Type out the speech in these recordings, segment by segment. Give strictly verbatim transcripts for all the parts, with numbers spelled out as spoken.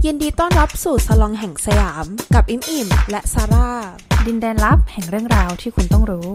ยินดีต้อนรับสู่ซาลองแห่งสยามกับอิมอิ่มและซาร่าดินแดนลับแห่งเรื่องราวที่คุณต้องรู้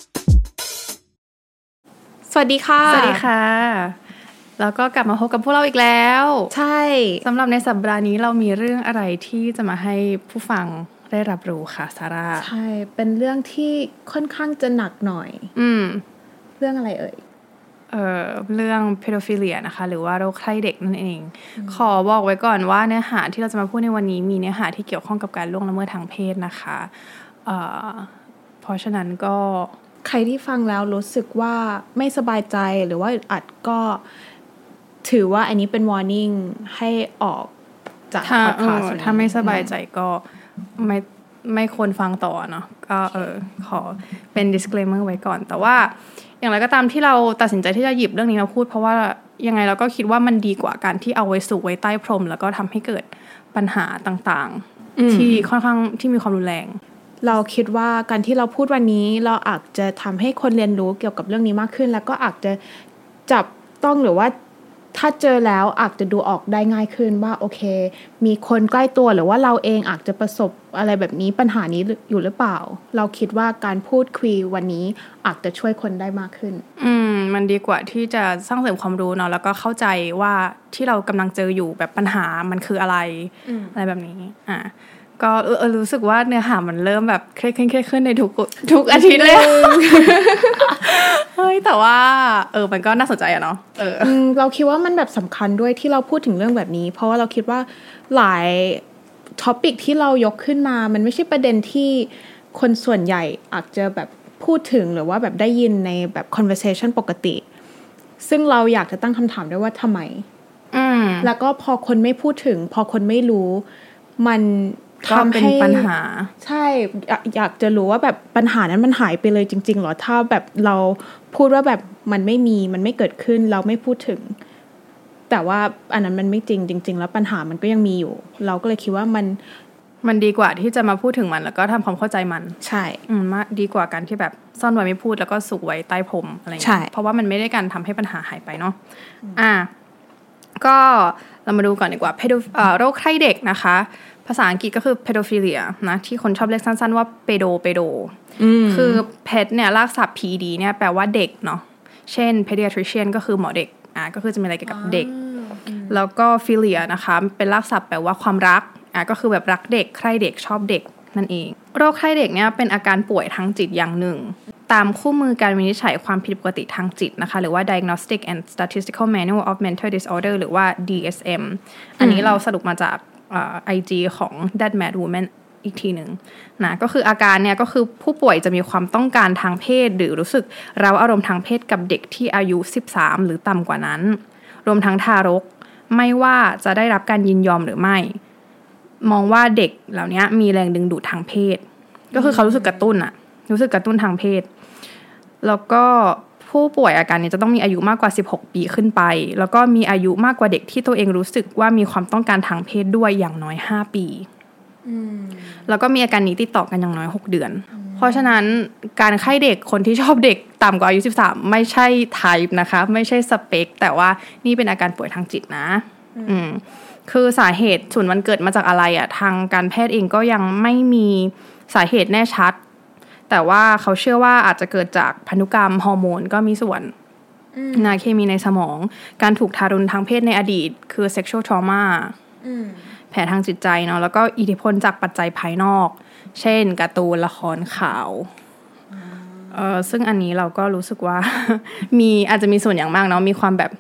สวัสดีค่ะสวัสดีค่ะแล้วก็กลับมาพบกับพวกเราอีกแล้วใช่สำหรับในสัปดาห์นี้เรามีเรื่องอะไรที่จะมาให้ผู้ฟังได้รับรู้ค่ะซาร่าใช่เป็นเรื่องที่ค่อนข้างจะหนักหน่อยอืมเรื่องอะไรเอ่ยเอ่อเรื่อง pedophilia นะคะหรือว่าโรคใคร่เด็กนั่นเองขอบอกไว้ก่อนว่าเนื้อหาที่เราจะมาพูดในวันนี้มีเนื้อหาที่เกี่ยวข้องกับการล่วงละเมิดทางเพศนะคะเอ่อเพราะฉะนั้นก็ใครที่ฟังแล้วรู้สึกว่าไม่สบายใจหรือว่าอัดก็ถือว่าอันนี้เป็น warning ให้ออกจากพอดคาสต์ถ้าไม่สบายใจก็ไม่ไม่ควรฟังต่อเนาะก็เออขอเป็น disclaimer ไว้ก่อนแต่ว่าอย่างไรก็ตามที่เราตัดสินใจที่จะหยิบเรื่องนี้มาพูดเพราะว่ายังไงเราก็คิดว่ามันดีกว่าการที่เอาไว้สูบไว้ใต้พรมแล้วก็ทำให้เกิดปัญหาต่างๆที่ค่อนข้างที่มีความรุนแรงเราคิดว่าการที่เราพูดวันนี้เราอาจจะทำให้คนเรียนรู้เกี่ยวกับเรื่องนี้มากขึ้นแล้วก็อาจจะจับต้องหรือว่าถ้าเจอแล้วอาจจะดูออกได้ง่ายขึ้นว่าโอเคมีคนใกล้ตัวหรือว่าเราเองอาจจะประสบอะไรแบบนี้ปัญหานี้อยู่หรือเปล่าเราคิดว่าการพูดคุยวันนี้อาจจะช่วยคนได้มากขึ้นอืมมันดีกว่าที่จะสร้างเสริมความรู้เนาะแล้วก็เข้าใจว่าที่เรากำลังเจออยู่แบบปัญหามันคืออะไร อ, อะไรแบบนี้อ่ะก็เออรู้สึกว่าเนื้อหามันเริ่มแบบเครียดขึ้นเครียดขึ้นในทุกทุกอาทิตย์เลยเฮ้ยแต่ว่าเออมันก็น่าสนใจอะเนาะเออเราคิดว่ามันแบบสำคัญด้วยที่เราพูดถึงเรื่องแบบนี้เพราะว่าเราคิดว่าหลายท็อปิกที่เรายกขึ้นมามันไม่ใช่ประเด็นที่คนส่วนใหญ่อาจจะแบบพูดถึงหรือว่าแบบได้ยินในแบบ conversation ปกติซึ่งเราอยากจะตั้งคำถามด้วยว่าทำไมแล้วก็พอคนไม่พูดถึงพอคนไม่รู้มันก็เป็นปัญหาใช่อยากจะรู้ว่าแบบปัญหานั้นมันหายไปเลยจริงๆหรอถ้าแบบเราพูดว่าแบบมันไม่มีมันไม่เกิดขึ้นเราไม่พูดถึงแต่ว่าอันนั้นมันไม่จริงจริงๆแล้วปัญหามันก็ยังมีอยู่เราก็เลยคิดว่ามันมันดีกว่าที่จะมาพูดถึงมันแล้วก็ทำความเข้าใจมันใช่อืมมาดีกว่าการที่แบบซ่อนไว้ไม่พูดแล้วก็สุกไว้ใต้พรมอะไรอย่างเงี้ยเพราะว่ามันไม่ได้การทำให้ปัญหาหายไปเนาะอ่ะก็เรามาดูก่อนดีกว่าเพโดเอ่อโรคไข้เด็กนะคะภาษาอังกฤษก็คือ pedophilia นะที่คนชอบเรียกสั้นๆว่า pedo pedo คือ ped เนี่ยรากศัพท์ pd เนี่ยแปลว่าเด็กเนาะเช่น pediatrician ก็คือหมอเด็กอ่ะก็คือจะมีอะไรเกี่ยวกับเด็กแล้วก็ philia นะคะเป็นรากศัพท์แปลว่าความรักอ่ะก็คือแบบรักเด็กใคร่เด็กชอบเด็กนั่นเองโรคไข้เด็กเนี่ยเป็นอาการป่วยทางจิตอย่างหนึ่งตามคู่มือการวินิจฉัยความผิดปกติทางจิตนะคะหรือว่า Diagnostic and Statistical Manual of Mental Disorder หรือว่า ดี เอส เอ็ม อันนี้เราสรุปมาจากอ่า ไอ จี ของ That Mad Woman อีกทีหนึ่งนะก็คืออาการเนี่ยก็คือผู้ป่วยจะมีความต้องการทางเพศหรือรู้สึกเร้าอารมณ์ทางเพศกับเด็กที่อายุสิบสามหรือต่ำกว่านั้นรวมทั้งทารกไม่ว่าจะได้รับการยินยอมหรือไม่มองว่าเด็กเหล่านี้มีแรงดึงดูดทางเพศก็คือเขารู้สึกกระตุ้นอะรู้สึกกระตุ้นทางเพศแล้วก็ผู้ป่วยอาการนี้จะต้องมีอายุมากกว่าสิบหกปีขึ้นไปแล้วก็มีอายุมากกว่าเด็กที่ตัวเองรู้สึกว่ามีความต้องการทางเพศด้วยอย่างน้อยห้าปีแล้วก็มีอาการนี้ติดต่อกันอย่างน้อยหกเดือนเพราะฉะนั้นการไข้เด็กคนที่ชอบเด็กต่ำกว่าอายุสิบสามไม่ใช่ type นะคะไม่ใช่สเปคแต่ว่านี่เป็นอาการป่วยทางจิตนะอืมคือสาเหตุส่วนมันเกิดมาจากอะไรอ่ะทางการแพทย์เองก็ยังไม่มีสาเหตุแน่ชัดแต่ว่าเขาเชื่อว่าอาจจะเกิดจากพันธุกรรมฮอร์โมนก็มีส่วนนะเคมีในสมองการถูกทารุณทางเพศในอดีตคือ sexual trauma แผลทางจิตใจเนาะแล้วก็อิทธิพลจากปัจจัยภายนอกเช่นการ์ตูนละครข่าวเอ่อซึ่งอันนี้เราก็รู้สึกว่า มีอาจจะมีส่วนอย่างมากเนาะมีความแบบ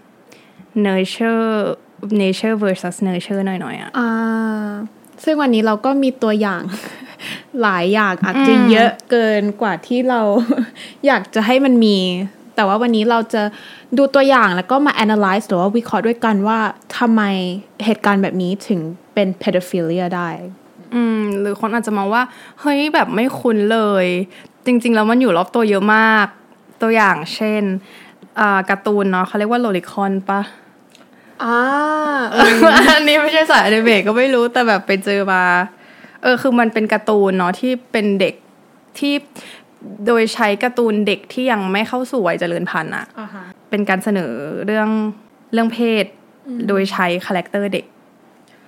nurture nature versus nurture หน่อยๆอ่ะอ่าซึ่งวันนี้เราก็มีตัวอย่างหลายอย่างอาจจะเยอะเกินกว่าที่เรา อยากจะให้มันมีแต่ว่าวันนี้เราจะดูตัวอย่างแล้วก็มา analyze หรือว่าวิเคราะห์ด้วยกันว่าทำไมเหตุการณ์แบบนี้ถึงเป็น pedophilia ได้อืมหรือคนอาจจะมองว่าเฮ้ยแบบไม่คุ้นเลยจริงๆแล้วมันอยู่รอบตัวเยอะมากตัวอย่างเช่นอ่าการ์ตูนเนาะเขาเรียกว่าโลลิคอนปะอ่าอันนี้ไม่ใช่สายอนิเมะก็ไม่รู้แต่แบบไปเจอมาเออคือมันเป็นการ์ตูนเนาะที่เป็นเด็กที่โดยใช้การ์ตูนเด็กที่ยังไม่เข้าสู่วัยเจริญพันธุ์อ่ะ uh-huh. เป็นการเสนอเรื่องเรื่องเพศโดยใช้คาแรคเตอร์เด็ก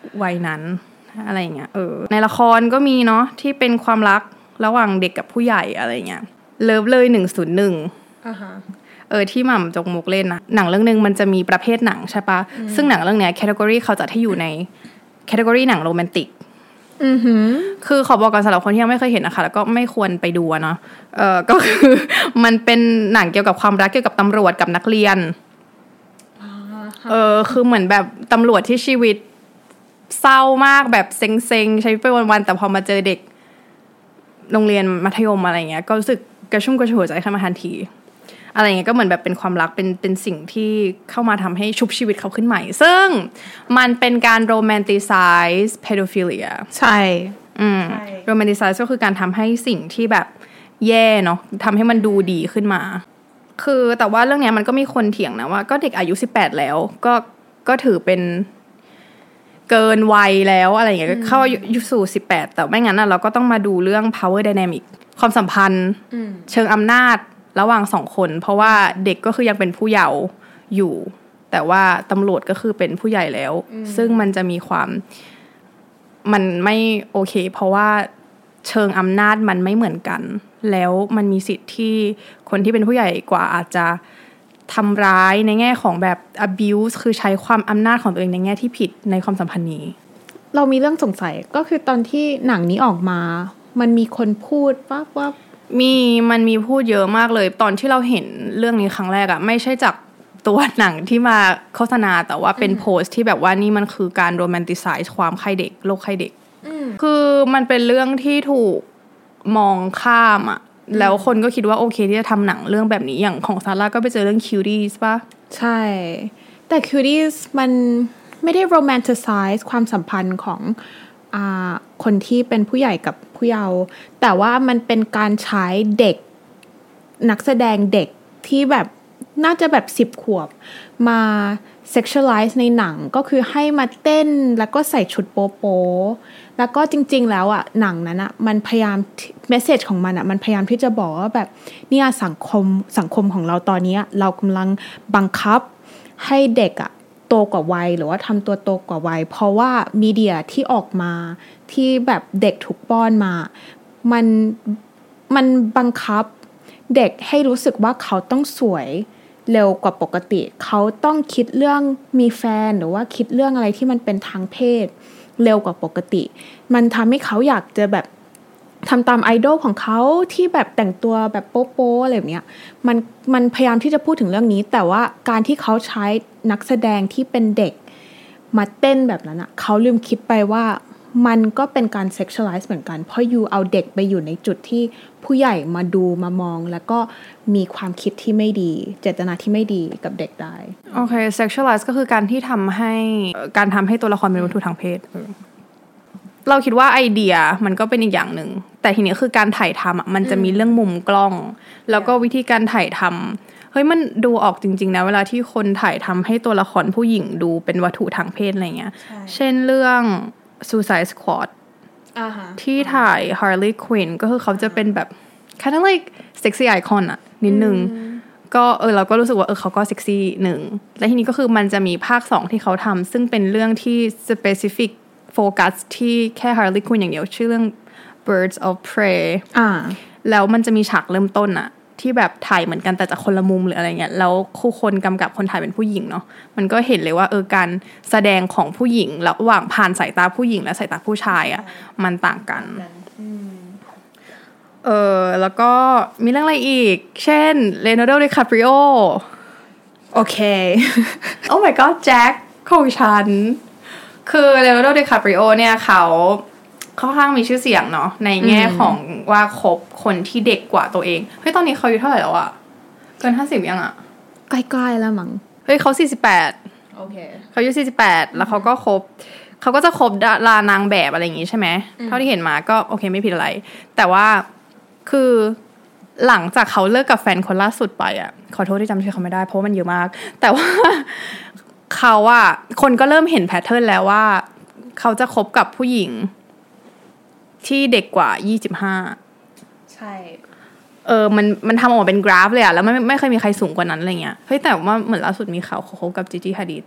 วัยนั้นอะไรเงี้ยเออในละครก็มีเนาะที่เป็นความรักระหว่างเด็กกับผู้ใหญ่อะไรเงี้ยเลิฟเลยหนึ่งศูนย์หนึ่งอ่าฮะเออที่หม่ำจกมกเล่นนะหนังเรื่องนึงมันจะมีประเภทหนังใช่ปะซึ่งหนังเรื่องเนี้ยแคตตากรีเขาจัดให้อยู่ในแคตตากรีหนังโรแมนติกอือหือคือขอบอกก่อนสำหรับคนที่ยังไม่เคยเห็นนะคะแล้วก็ไม่ควรไปดูเนาะเออก็คือมันเป็นหนังเกี่ยวกับความรักเกี่ยวกับตำรวจกับนักเรียนเออคือเหมือนแบบตำรวจที่ชีวิตเศร้ามากแบบเซ็งๆใช้ไปวันๆแต่พอมาเจอเด็กโรงเรียนมัธยมอะไรเงี้ยก็รู้สึกกระชุ่มกระชวยใจขึ้นมาทันทีอะไรเงี้ยก็เหมือนแบบเป็นความรักเป็นเป็นสิ่งที่เข้ามาทำให้ชุบชีวิตเขาขึ้นใหม่ซึ่งมันเป็นการโรแมนติไซส์ pedophilia ใช่อืมโรแมนติไซส์ก็คือการทำให้สิ่งที่แบบแย่เนาะทำให้มันดูดีขึ้นมาคือแต่ว่าเรื่องนี้มันก็มีคนเถียงนะว่าก็เด็กอายุสิบแปดแล้วก็ก็ถือเป็นเกินวัยแล้วอะไรอย่างเงี้ยเข้าอายุสู่สิบแปดแต่ไม่งั้นน่ะเราก็ต้องมาดูเรื่อง power dynamic ความสัมพันธ์เชิงอำนาจระหว่างสองคนเพราะว่าเด็กก็คือยังเป็นผู้เยาว์อยู่แต่ว่าตำรวจก็คือเป็นผู้ใหญ่แล้วซึ่งมันจะมีความมันไม่โอเคเพราะว่าเชิงอำนาจมันไม่เหมือนกันแล้วมันมีสิทธิ์ที่คนที่เป็นผู้ใหญ่กว่าอาจจะทำร้ายในแง่ของแบบ abuse คือใช้ความอำนาจของตัวเองในแง่ที่ผิดในความสัมพันธ์นี้เรามีเรื่องสงสัยก็คือตอนที่หนังนี้ออกมามันมีคนพูดว่าว่ามีมันมีพูดเยอะมากเลยตอนที่เราเห็นเรื่องนี้ครั้งแรกอะไม่ใช่จากตัวหนังที่มาโฆษณาแต่ว่าเป็นโพสต์ที่แบบว่านี่มันคือการโรแมนติไซส์ความไข้เด็กโรคไข้เด็กคือมันเป็นเรื่องที่ถูกมองข้ามอะแล้วคนก็คิดว่าโอเคที่จะทำหนังเรื่องแบบนี้อย่างของซาร่าก็ไปเจอเรื่อง Cuties ป่ะใช่แต่ Cuties มันไม่ได้โรแมนติไซส์ความสัมพันธ์ของอ่าคนที่เป็นผู้ใหญ่กับผู้เยาว์แต่ว่ามันเป็นการใช้เด็กนักแสดงเด็กที่แบบน่าจะแบบสิบขวบมา sexualize ในหนังก็คือให้มาเต้นแล้วก็ใส่ชุดโป๊โป๊แล้วก็จริงๆแล้วอ่ะหนังนั้นอ่ะมันพยายามเมสเสจของมันอ่ะมันพยายามที่จะบอกว่าแบบเนี่ยสังคมสังคมของเราตอนนี้เรากำลังบังคับให้เด็กอ่ะโตกว่าวัยหรือว่าทำตัวโตกว่าวัยเพราะว่ามีเดียที่ออกมาที่แบบเด็กถูกป้อนมามันมันบังคับเด็กให้รู้สึกว่าเขาต้องสวยเร็วกว่าปกติเขาต้องคิดเรื่องมีแฟนหรือว่าคิดเรื่องอะไรที่มันเป็นทางเพศเร็วกว่าปกติมันทำให้เขาอยากจะแบบทำตามไอดอลของเขาที่แบบแต่งตัวแบบโป๊ะๆอะไรแบบเนี้ยมันมันพยายามที่จะพูดถึงเรื่องนี้แต่ว่าการที่เขาใช้นักแสดงที่เป็นเด็กมาเต้นแบบนั้นอ่ะเขาลืมคิดไปว่ามันก็เป็นการเซ็กชวลไลซ์เหมือนกันเพราะยูเอาเด็กไปอยู่ในจุดที่ผู้ใหญ่มาดูมามองแล้วก็มีความคิดที่ไม่ดีเจตนาที่ไม่ดีกับเด็กได้โอเค sexualize ก็คือการที่ทำให้การทำให้ตัวละครเป็นวัตถุทางเพศเราคิดว่าไอเดียมันก็เป็นอีกอย่างหนึ่งแต่ทีนี้คือการถ่ายทำอ่ะมันจะมีเรื่องมุมกล้องแล้วก็วิธีการถ่ายทำเฮ้ยมันดูออกจริงๆนะเวลาที่คนถ่ายทำให้ตัวละครผู้หญิงดูเป็นวัตถุทางเพศอะไรเงี้ยเช่นเรื่องSuicide Squad ที่ถ่าย Harley Quinn ก็คือเขาจะเป็นแบบ kind of like sexy icon อะนิดนึงก็เออเราก็รู้สึกว่าเออเขาก็เซ็กซี่หนึ่งและทีนี้ก็คือมันจะมีภาคสองที่เขาทำซึ่งเป็นเรื่องที่ specific focus ที่แค่ Harley Quinn อย่างเดียวชื่อเรื่อง Birds of Prey อ่าแล้วมันจะมีฉากเริ่มต้นอะที่แบบถ่ายเหมือนกันแต่จากคนละมุมหรืออะไรเงี้ยแล้วคู่คนกำกับคนถ่ายเป็นผู้หญิงเนาะมันก็เห็นเลยว่าเออการแสดงของผู้หญิงระหว่างผ่านสายตาผู้หญิงและสายตาผู้ชายอะมันต่างกันเออแล้วก็มีเรื่องอะไรอีกเช่น Leonardo DiCaprio โอเค Oh my god แจ็คของฉันคือ Leonardo DiCaprio เนี่ยเขาค่อนข้างมีชื่อเสียงเนาะในแง่ของว่าคบคนที่เด็กกว่าตัวเองเฮ้ยตอนนี้เขาอายุเท่าไหร่แล้วอะเกินห้าสิบยังอะใกล้ๆแล้วมั้งเฮ้ยเขาสี่สิบแปดโอเคเขาอายุสี่สิบแปดแล้วเขาก็คบเขาก็จะคบดารานางแบบอะไรอย่างงี้ใช่ไหมเท่าที่เห็นมาก็โอเคไม่ผิดอะไรแต่ว่าคือหลังจากเขาเลิกกับแฟนคนล่าสุดไปอะขอโทษที่จำชื่อเขาไม่ได้เพราะมันเยอะมากแต่ว่าเขาอะคนก็เริ่มเห็นแพทเทิร์นแล้วว่าเขาจะคบกับผู้หญิงที่เด็กกว่ายี่สิบห้าใช่เออมันมันทำออกมาเป็นกราฟเลยอะแล้วไม่ไม่เคยมีใครสูงกว่านั้นอะไรเงี้ยเฮ้ยแต่ว่าเหมือนล่าสุดมีข่าวเขาคบกับจิจิฮาดิด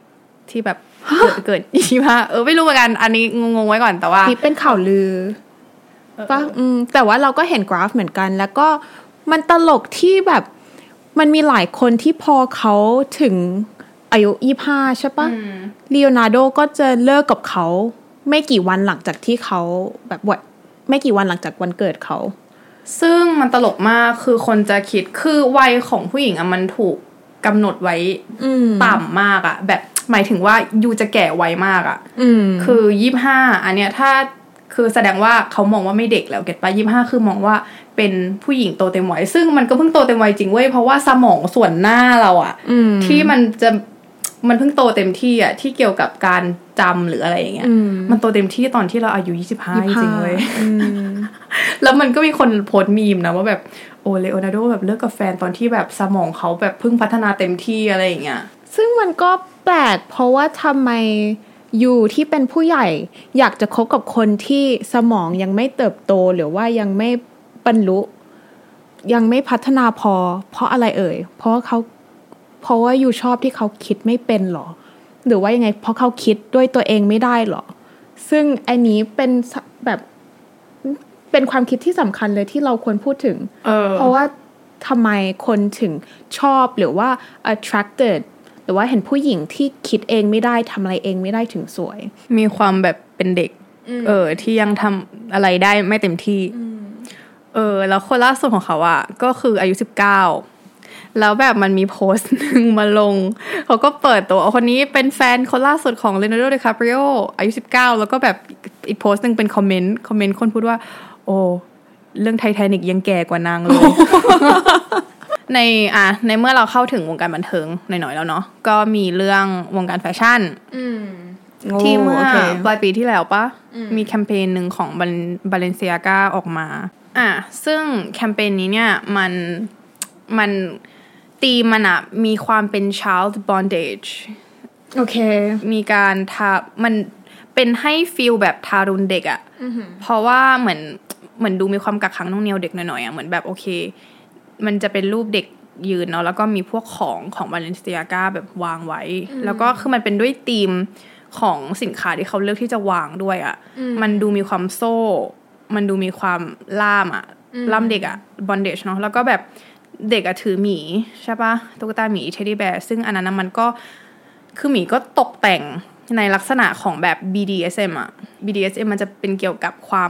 ที่แบบเกิดเกิดยี่ห้าเออไม่รู้เหมือนกันอันนี้งงๆไว้ก่อนแต่ว่านี่เป็นข่าวลือป่ะอืมแต่ว่าเราก็เห็นกราฟเหมือนกันแล้วก็มันตลกที่แบบมันมีหลายคนที่พอเขาถึงอายุยี่สิบห้าใช่ป่ะลีโอนาร์โดก็จะเลิกกับเขาไม่กี่วันหลังจากที่เขาแบบว่าไม่กี่วันหลังจากวันเกิดเขาซึ่งมันตลกมากคือคนจะคิดคือวัยของผู้หญิงอะมันถูกกำหนดไว้ต่ำมากอะแบบหมายถึงว่ายูจะแก่ไวมากอะคือยี่สิบห้าอันเนี้ยถ้าคือแสดงว่าเขามองว่าไม่เด็กแล้วเก็ตป่ะยี่สิบห้าคือมองว่าเป็นผู้หญิงโตเต็มวัยซึ่งมันก็เพิ่งโตเต็มวัยจริงเว้ยเพราะว่าสมองส่วนหน้าเราอะที่มันจะมันเพิ่งโตเต็มที่อะที่เกี่ยวกับการจำหรืออะไรอย่างเงี้ยมันโตเต็มที่ตอนที่เราอายุยี่สิบห้าจริงเว้ยแล้วมันก็มีคนโพสต์มีมนะว่าแบบโอเลโอนาร์โดแบบเลิกกับแฟนตอนที่แบบสมองเขาแบบเพิ่งพัฒนาเต็มที่อะไรอย่างเงี้ยซึ่งมันก็แปลกเพราะว่าทำไมยูที่เป็นผู้ใหญ่อยากจะคบกับคนที่สมองยังไม่เติบโตหรือว่ายังไม่บรรลุยังไม่พัฒนาพอเพราะอะไรเอ่ยเพราะเขาเพราะว่ายูชอบที่เขาคิดไม่เป็นหรอหรือว่ายังไงเพราะเขาคิดด้วยตัวเองไม่ได้หรอซึ่งอันนี้เป็นแบบเป็นความคิดที่สำคัญเลยที่เราควรพูดถึง เ, เพราะว่าทำไมคนถึงชอบหรือว่า attracted หรือว่าเห็นผู้หญิงที่คิดเองไม่ได้ทำอะไรเองไม่ได้ถึงสวยมีความแบบเป็นเด็กเออที่ยังทำอะไรได้ไม่เต็มที่เออแล้วคนล่าสุดของเขาอ่ะก็คืออายุสิบเก้าแล้วแบบมันมีโพสต์นึงมาลงเขาก็เปิดตัวคนนี้เป็นแฟนคนล่าสุดของเลโอนาร์โด ดิคาปริโออายุสิบเก้าแล้วก็แบบอีกโพสต์นึงเป็นคอมเมนต์คอมเมนต์คนพูดว่าโอ้เรื่องไททานิคยังแก่กว่านางเลย ในอ่ะในเมื่อเราเข้าถึงวงการบันเทิงหน่อยๆแล้วเนาะก็มีเรื่องวงการแฟชั่นที่เมื่อปลายปีที่แล้วปะมีแคมเปญหนึ่งของบาเลนเซียกาออกมาอ่ะซึ่งแคมเปญนี้เนี่ยมันมันตีมันอะมีความเป็น child bondage โอเคมีการทามันเป็นให้ฟีลแบบทารุณเด็กอะเพราะว่าเหมือนเหมือนดูมีความกักขังน่วงเหนี่ยวเด็กหน่อยๆอะเหมือนแบบโอเคมันจะเป็นรูปเด็กยืนเนาะแล้วก็มีพวกของของ Balenciaga แบบวางไว้แล้วก็คือมันเป็นด้วยธีมของสินค้าที่เขาเลือกที่จะวางด้วยอะมันดูมีความโซ่มันดูมีความล่ามอะล่ามเด็กอะ bondage เนาะแล้วก็แบบเด็กอะถือหมีใช่ปะตุ๊กตาหมีเทดดี้แบร์ซึ่งอันนั้นมันก็คือหมีก็ตกแต่งในลักษณะของแบบ บี ดี เอส เอ็ม อะ บี ดี เอส เอ็ม มันจะเป็นเกี่ยวกับความ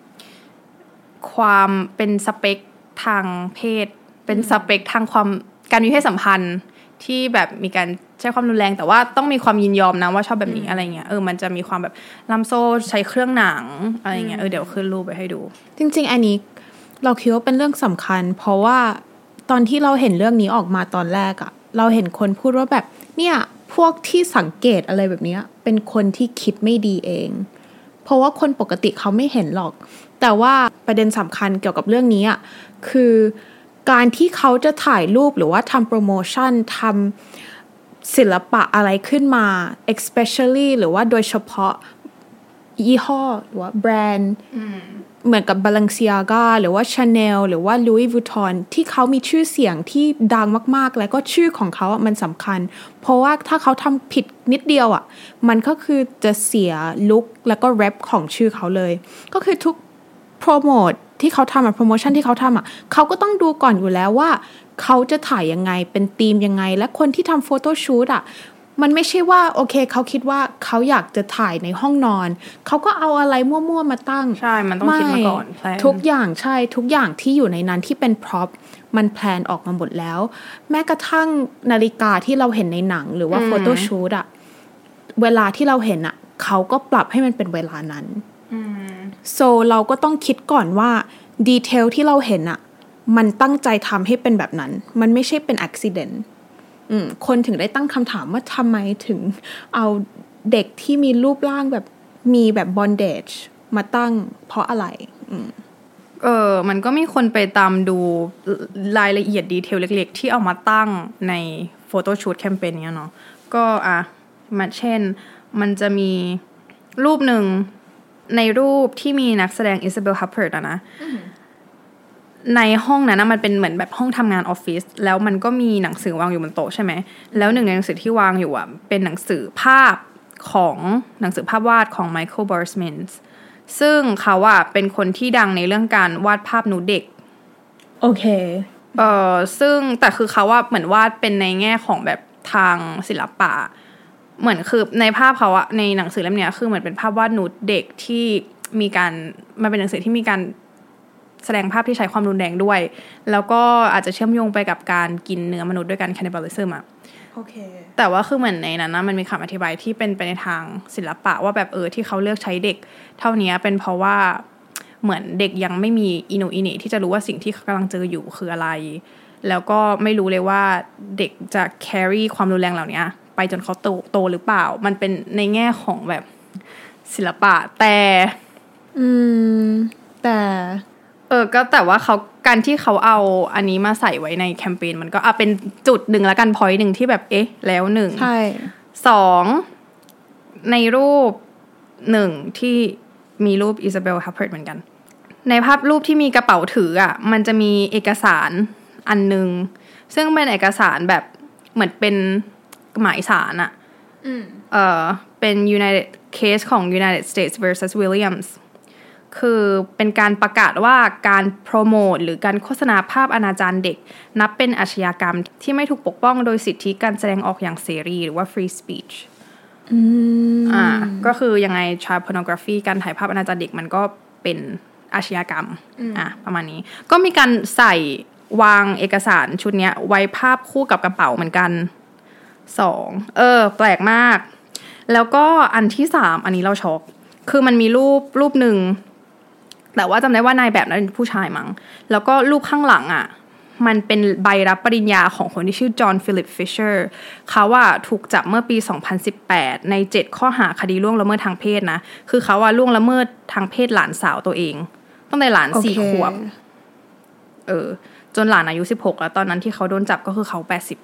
ความเป็นสเปคทางเพศเป็นสเปคทางความการมีเพศสัมพันธ์ที่แบบมีการใช้ความรุนแรงแต่ว่าต้องมีความยินยอมนะว่าชอบแบบนี้อะไรเงี้ยเออมันจะมีความแบบล่ามโซ่ใช้เครื่องหนังอะไรเงี้ยเออเดี๋ยวขึ้นรูปไปให้ดูจริงๆอันนี้เราคิดว่าเป็นเรื่องสำคัญเพราะว่าตอนที่เราเห็นเรื่องนี้ออกมาตอนแรกอะเราเห็นคนพูดว่าแบบเนี่ยพวกที่สังเกตอะไรแบบนี้เป็นคนที่คิดไม่ดีเองเพราะว่าคนปกติเขาไม่เห็นหรอกแต่ว่าประเด็นสำคัญเกี่ยวกับเรื่องนี้อะคือการที่เขาจะถ่ายรูปหรือว่าทำโปรโมชั่นทำศิลปะอะไรขึ้นมา especially หรือว่าโดยเฉพาะยี่ห้อหรือว่าแบรนด์เหมือนกับ Balenciaga หรือว่า Chanel หรือว่า Louis Vuitton ที่เขามีชื่อเสียงที่ดังมากๆแล้วก็ชื่อของเขาอ่ะมันสำคัญเพราะว่าถ้าเขาทำผิดนิดเดียวอ่ะมันก็คือจะเสียลุคแล้วก็แรปของชื่อเขาเลยก็คือทุกโปรโมทที่เขาทำอ่ะโปรโมชั่นที่เขาทำอ่ะเขาก็ต้องดูก่อนอยู่แล้วว่าเขาจะถ่ายยังไงเป็นธีมยังไงและคนที่ทำโฟโต้ชูตอ่ะมันไม่ใช่ว่าโอเคเขาคิดว่าเขาอยากจะถ่ายในห้องนอนเขาก็เอาอะไรมั่วๆมาตั้งใช่มันต้องคิดมาก่อนทุกอย่างใช่ทุกอย่างที่อยู่ในนั้นที่เป็นพร็อพมันแพลนออกมาหมดแล้วแม้กระทั่งนาฬิกาที่เราเห็นในหนังหรือว่าโฟโต้ชูตอะเวลาที่เราเห็นอะเขาก็ปรับให้มันเป็นเวลานั้นโซ เราก็ต้องคิดก่อนว่าดีเทลที่เราเห็นอะมันตั้งใจทำให้เป็นแบบนั้นมันไม่ใช่เป็นอุบิเหตุคนถึงได้ตั้งคำถามว่าทำไมถึงเอาเด็กที่มีรูปร่างแบบมีแบบ bondage มาตั้งเพราะอะไรเออมันก็มีคนไปตามดูรายละเอียดดีเทลเล็กๆที่เอามาตั้งในโฟโต้ชูตแคมเปญนี้เนาะก็อ่ะมันเช่นมันจะมีรูปหนึ่งในรูปที่มีนักแสดงอิซาเบลฮัปเพิร์ตอะนะในห้องนั้นนะมันเป็นเหมือนแบบห้องทำงานออฟฟิศแล้วมันก็มีหนังสือวางอยู่บนโต๊ะใช่ไหมแล้วหนึ่งในหนังสือที่วางอยู่อ่ะเป็นหนังสือภาพของหนังสือภาพวาดของ Michael Borismans ซึ่งเขาอ่ะเป็นคนที่ดังในเรื่องการวาดภาพนูดเด็กโอเคเอ่อซึ่งแต่คือเขาว่าเหมือนวาดเป็นในแง่ของแบบทางศิลปะเหมือนคือในภาพเขาอะในหนังสือเล่มเนี้ยคือเหมือนเป็นภาพวาดนูดเด็กที่มีการมันเป็นหนังสือที่มีการแสดงภาพที่ใช้ความรุนแรงด้วยแล้วก็อาจจะเชื่อมโยงไปกับการกินเนื้อมนุษย์ด้วยกัน cannibalism อะโอเคแต่ว่าคือเหมือนในนั้นนะมันมีคำอธิบายที่เป็นไปในทางศิลปะว่าแบบเออที่เขาเลือกใช้เด็กเท่านี้เป็นเพราะว่าเหมือนเด็กยังไม่มีอินุอินิที่จะรู้ว่าสิ่งที่เขากำลังเจออยู่คืออะไรแล้วก็ไม่รู้เลยว่าเด็กจะ carry ความรุนแรงเหล่านี้ไปจนเขาโตโตหรือเปล่ามันเป็นในแง่ของแบบศิลปะแต่อืมแต่เออก็แต่ว่าเขาการที่เขาเอาอันนี้มาใส่ไว้ในแคมเปญมันก็อ่ะเป็นจุดหนึ่งแล้วกัน point หนึ่งที่แบบเอ๊ะแล้วหนึ่งใช่สองในรูปหนึ่งที่มีรูปอิซาเบลฮัพเพิร์ตเหมือนกันในภาพรูปที่มีกระเป๋าถืออ่ะมันจะมีเอกสารอันนึงซึ่งเป็นเอกสารแบบเหมือนเป็นหมายสารอ่ะเออเป็น United Case ของ United States versus Williams คือเป็นการประกาศว่าการโปรโมทหรือการโฆษณาภาพอนาจารเด็กนับเป็นอาชญากรรมที่ไม่ถูกปกป้องโดยสิทธิการแสดงออกอย่างเสรีหรือว่า free speech อืมอ่าก็คือยังไง child pornography การถ่ายภาพอนาจารเด็กมันก็เป็นอาชญากรรมอ่ะประมาณนี้ก็มีการใส่วางเอกสารชุดเนี้ยไว้ภาพคู่กับกระเป๋าเหมือนกันสองเออแปลกมากแล้วก็อันที่สามอันนี้เราช็อกคือมันมีรูปรูปหนึ่งแต่ว่าจำได้ว่านายแบบนั้นเป็นผู้ชายมั้งแล้วก็รูปข้างหลังอ่ะมันเป็นใบรับปริญญาของคนที่ชื่อจอห์นฟิลิปฟิชเชอร์เขาว่าถูกจับเมื่อปีสองพันสิบแปดในเจ็ดข้อหาคดีล่วงละเมิดทางเพศนะคือเขาว่าล่วงละเมิดทางเพศหลานสาวตัวเองตั้งแต่หลานสี่ขวบเออจนหลานอายุสิบหกแล้วตอนนั้นที่เขาโดนจับก็คือเขาแปดสิบ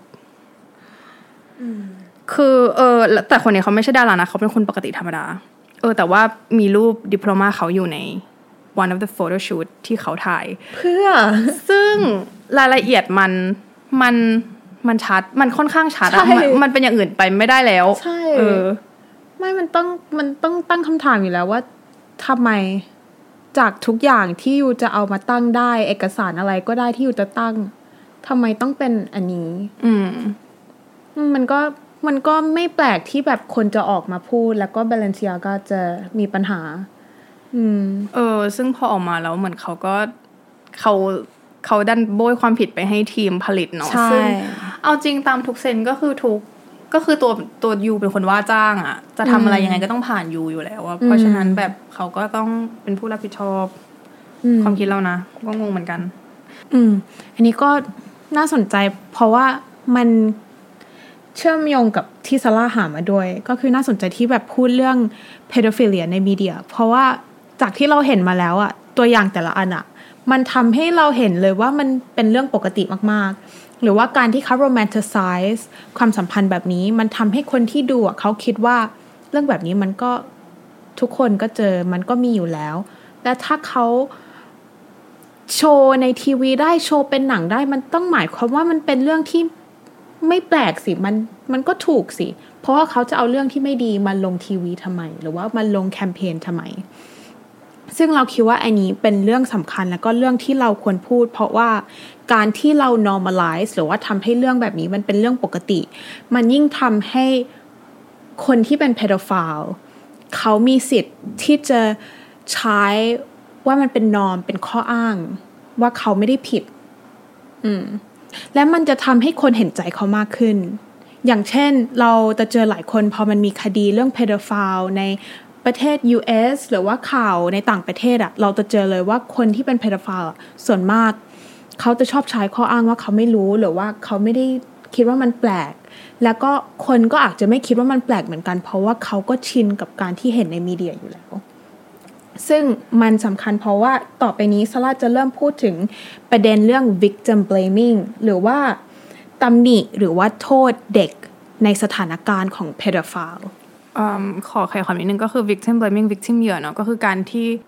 คือเออแต่คนนี้เขาไม่ใช่ดารานะเขาเป็นคนปกติธรรมดาเออแต่ว่ามีรูปดิโพลมาเขาอยู่ใน one of the photo shoot ที่เขาถ่ายเพื่อซึ่งรายละเอียดมันมันมันชัดมันค่อนข้างชัดอะมันเป็นอย่างอื่นไปไม่ได้แล้วใช่เออไม่มันต้องมันต้องตั้งคำถามอยู่แล้วว่าทำไมจากทุกอย่างที่ยูจะเอามาตั้งได้เอกสารอะไรก็ได้ที่ยูจะตั้งทำไมต้องเป็นอันนี้อืมมันก็มันก็ไม่แปลกที่แบบคนจะออกมาพูดแล้วก็ Balenciaga จะมีปัญหาอืมเออซึ่งพอออกมาแล้วเหมือนเขาก็เขาเขาดันโบยความผิดไปให้ทีมผลิตเนาะซึ่งเอาจริงตามทุกเซนก็คือทุกก็คือตัวตัวยูเป็นคนว่าจ้างอ่ะจะทำอะไรยังไงก็ต้องผ่านยูอยู่แล้วเพราะฉะนั้นแบบเขาก็ต้องเป็นผู้รับผิดชอบความคิดเรานะก็งงเหมือนกันอืมอันนี้ก็น่าสนใจเพราะว่ามันเชื่อมโยงกับที่ซาร่าหามาด้วยก็คือน่าสนใจที่แบบพูดเรื่อง pedophilia ในมีเดียเพราะว่าจากที่เราเห็นมาแล้วอะตัวอย่างแต่ละอันอะมันทำให้เราเห็นเลยว่ามันเป็นเรื่องปกติมากๆหรือว่าการที่เขา romanticize ความสัมพันธ์แบบนี้มันทำให้คนที่ดูอะเขาคิดว่าเรื่องแบบนี้มันก็ทุกคนก็เจอมันก็มีอยู่แล้วและถ้าเขาโชว์ในทีวีได้โชว์เป็นหนังได้มันต้องหมายความว่ามันเป็นเรื่องที่ไม่แปลกสิมันมันก็ถูกสิเพราะว่าเขาจะเอาเรื่องที่ไม่ดีมาลงทีวีทำไมหรือว่ามาลงแคมเปญทำไมซึ่งเราคิดว่าอันนี้เป็นเรื่องสำคัญแล้วก็เรื่องที่เราควรพูดเพราะว่าการที่เรา normalize หรือว่าทำให้เรื่องแบบนี้มันเป็นเรื่องปกติมันยิ่งทำให้คนที่เป็น pedophile เขามีสิทธิ์ที่จะใช้ว่ามันเป็นนอร์มเป็นข้ออ้างว่าเขาไม่ได้ผิดอืมและมันจะทำให้คนเห็นใจเขามากขึ้นอย่างเช่นเราจะเจอหลายคนพอมันมีคดีเรื่อง pedophile ในประเทศ ยู เอส หรือว่าข่าวในต่างประเทศอะเราจะเจอเลยว่าคนที่เป็น pedophile ส่วนมากเขาจะชอบใช้ข้ออ้างว่าเขาไม่รู้หรือว่าเขาไม่ได้คิดว่ามันแปลกแล้วก็คนก็อาจจะไม่คิดว่ามันแปลกเหมือนกันเพราะว่าเขาก็ชินกับการที่เห็นในมีเดียอยู่แล้วซึ่งมันสำคัญเพราะว่าต่อไปนี้ซาร่าจะเริ่มพูดถึงประเด็นเรื่อง victim blaming หรือว่าตำหนิหรือว่าโทษเด็กในสถานการณ์ของ pedophile ขอขยายความนิดนึงก็คือ victim blaming victim เหยื่อเนาะก็คือการที่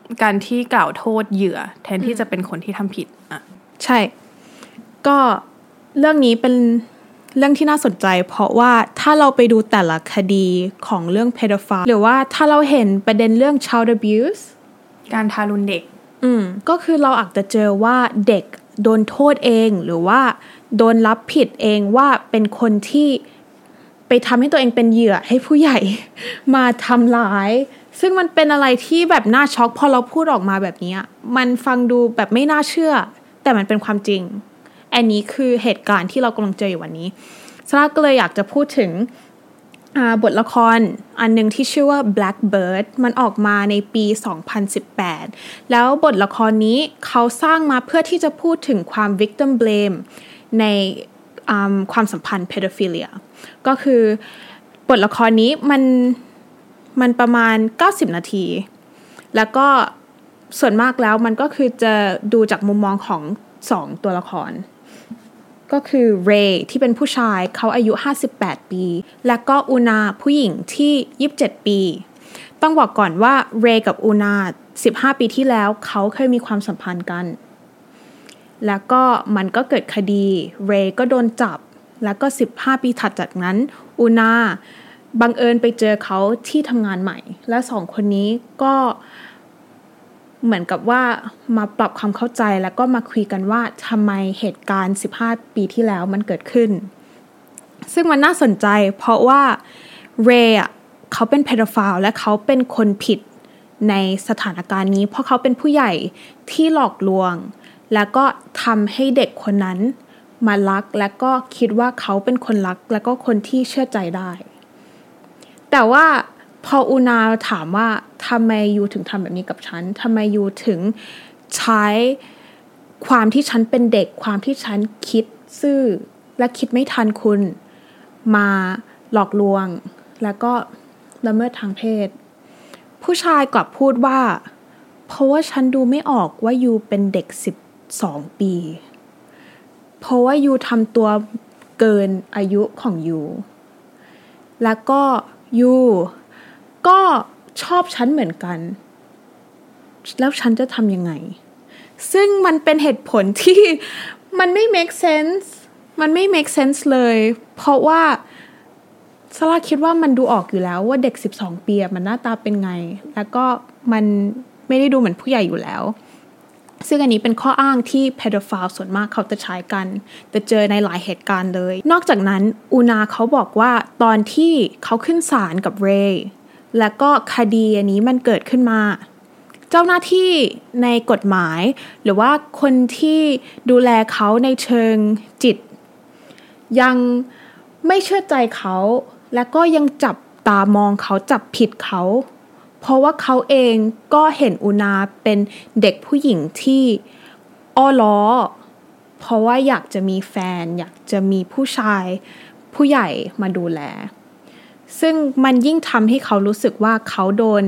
การที่กล่าวโทษเหยื่อแทนที่จะเป็นคนที่ทำผิดอ่ะใช่ก็เรื่องนี้เป็นเรื่องที่น่าสนใจเพราะว่าถ้าเราไปดูแต่ละคดีของเรื่อง pedophile หรือว่าถ้าเราเห็นประเด็นเรื่อง child abuse การทารุณเด็กอืมก็คือเราอาจจะเจอว่าเด็กโดนโทษเองหรือว่าโดนรับผิดเองว่าเป็นคนที่ไปทำให้ตัวเองเป็นเหยื่อให้ผู้ใหญ่มาทำร้ายซึ่งมันเป็นอะไรที่แบบน่าช็อกพอเราพูดออกมาแบบนี้มันฟังดูแบบไม่น่าเชื่อแต่มันเป็นความจริงอันนี้คือเหตุการณ์ที่เรากำลังเจออยู่วันนี้ซาร่าก็เลยอยากจะพูดถึงบทละครอันนึงที่ชื่อว่า Blackbird มันออกมาในปีสองพันสิบแปดแล้วบทละครนี้เขาสร้างมาเพื่อที่จะพูดถึงความ victim blame ในความสัมพันธ์ pedophilia ก็คือบทละครนี้มันมันประมาณเก้าสิบนาทีแล้วก็ส่วนมากแล้วมันก็คือจะดูจากมุมมองของสองตัวละครก็คือเรย์ที่เป็นผู้ชายเขาอายุห้าสิบแปดปีและก็อูนาผู้หญิงที่ยี่สิบเจ็ดปีต้องบอกก่อนว่าเรย์กับอูนาสิบห้าปีที่แล้วเขาเคยมีความสัมพันธ์กันแล้วก็มันก็เกิดคดีเรย์ก็โดนจับแล้วก็สิบห้าปีถัดจากนั้นอูนาบังเอิญไปเจอเขาที่ทำงานใหม่และสองคนนี้ก็เหมือนกับว่ามาปรับความเข้าใจแล้วก็มาคุยกันว่าทำไมเหตุการณ์สิบห้าปีที่แล้วมันเกิดขึ้นซึ่งมันน่าสนใจเพราะว่าเรย์อ่ะเขาเป็นเพโดไฟล์และเขาเป็นคนผิดในสถานการณ์นี้เพราะเขาเป็นผู้ใหญ่ที่หลอกลวงแล้วก็ทำให้เด็กคนนั้นมารักและก็คิดว่าเขาเป็นคนรักแล้วก็คนที่เชื่อใจได้แต่ว่าพออูนาถามว่าทำไมยูถึงทำแบบนี้กับฉันทำไมยูถึงใช้ความที่ฉันเป็นเด็กความที่ฉันคิดซื่อและคิดไม่ทันคุณมาหลอกลวงแล้วก็ละเมิดทางเพศผู้ชายกลับพูดว่าเพราะว่าฉันดูไม่ออกว่ายูเป็นเด็กสิบสองปีเพราะว่ายูทำตัวเกินอายุของยูแล้วก็ยูก็ชอบฉันเหมือนกันแล้วฉันจะทำยังไงซึ่งมันเป็นเหตุผลที่มันไม่ make sense มันไม่ make sense เลยเพราะว่าซาร่าคิดว่ามันดูออกอยู่แล้วว่าเด็กสิบสองปีมันหน้าตาเป็นไงแล้วก็มันไม่ได้ดูเหมือนผู้ใหญ่อยู่แล้วซึ่งอันนี้เป็นข้ออ้างที่ pedophile ส่วนมากเขาจะใช้กันแต่เจอในหลายเหตุการณ์เลยนอกจากนั้นอูนาเขาบอกว่าตอนที่เขาขึ้นศาลกับเรย์แล้วก็คดีอันนี้มันเกิดขึ้นมาเจ้าหน้าที่ในกฎหมายหรือว่าคนที่ดูแลเขาในเชิงจิตยังไม่เชื่อใจเขาและก็ยังจับตามองเขาจับผิดเขาเพราะว่าเขาเองก็เห็นอูนาเป็นเด็กผู้หญิงที่อ้อล้อเพราะว่าอยากจะมีแฟนอยากจะมีผู้ชายผู้ใหญ่มาดูแลซึ่งมันยิ่งทำให้เขารู้สึกว่าเขาโดน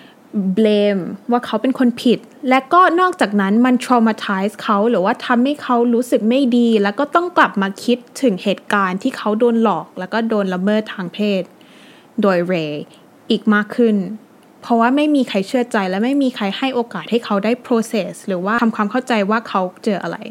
blame ว่าเขาเป็นคนผิดและก็นอกจากนั้นมัน traumatize เขาหรือว่าทำให้เขารู้สึกไม่ดีแล้วก็ต้องกลับมาคิดถึงเหตุการณ์ที่เขาโดนหลอกแล้วก็โดนละเมิดทางเพศโดยเรย์อีกมากขึ้นเพราะว่าไม่มีใครเชื่อใจและไม่มีใครให้โอกาสให้เขาได้ process หรือว่าทำความเข้าใจว่าเขาเจออะไร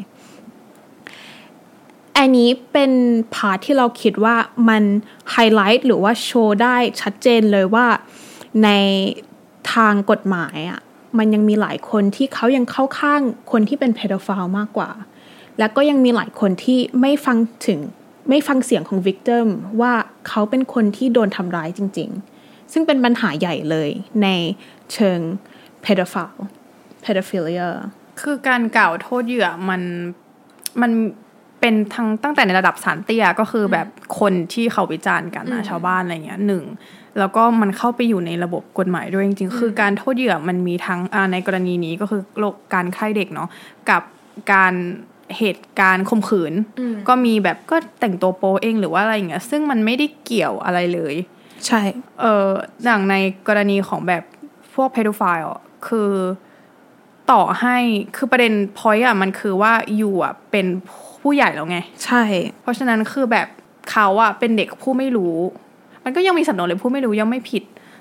อันนี้เป็นพาร์ทที่เราคิดว่ามันไฮไลท์หรือว่าโชว์ได้ชัดเจนเลยว่าในทางกฎหมายอ่ะมันยังมีหลายคนที่เขายังเข้าข้างคนที่เป็น pedophile มากกว่าแล้วก็ยังมีหลายคนที่ไม่ฟังถึงไม่ฟังเสียงของ victim ว่าเขาเป็นคนที่โดนทำร้ายจริงๆซึ่งเป็นปัญหาใหญ่เลยในเชิง pedophile pedophilia คือการกล่าวโทษเหยื่อมันมันเป็นทั้งตั้งแต่ในระดับศาลเตี้ยก็คือแบบคนที่เขาวิจารณ์กันนะชาวบ้านอะไรเงี้ยหนึ่งแล้วก็มันเข้าไปอยู่ในระบบกฎหมายด้วยจริงๆคือการโทษเหยื่อมันมีทั้งในกรณีนี้ก็คือโรคการฆ่าเด็กเนาะกับการเหตุการณ์ข่มขืนก็มีแบบก็แต่งตัวโป๊เองหรือว่าอะไรอย่างเงี้ยซึ่งมันไม่ได้เกี่ยวอะไรเลยใช่เอออย่างในกรณีของแบบพวก pedophile คือต่อให้คือประเด็น point อ่ะมันคือว่าอยู่อ่ะเป็นผู้ใหญ่แล้วไงใช่เพราะฉะนั้นคือแบบเขาอ่ะเป็นเด็กผู้ไม่รู้มันก็ยังมีสำนวนเลยผู้ไม่รู้ยังไม่ผิด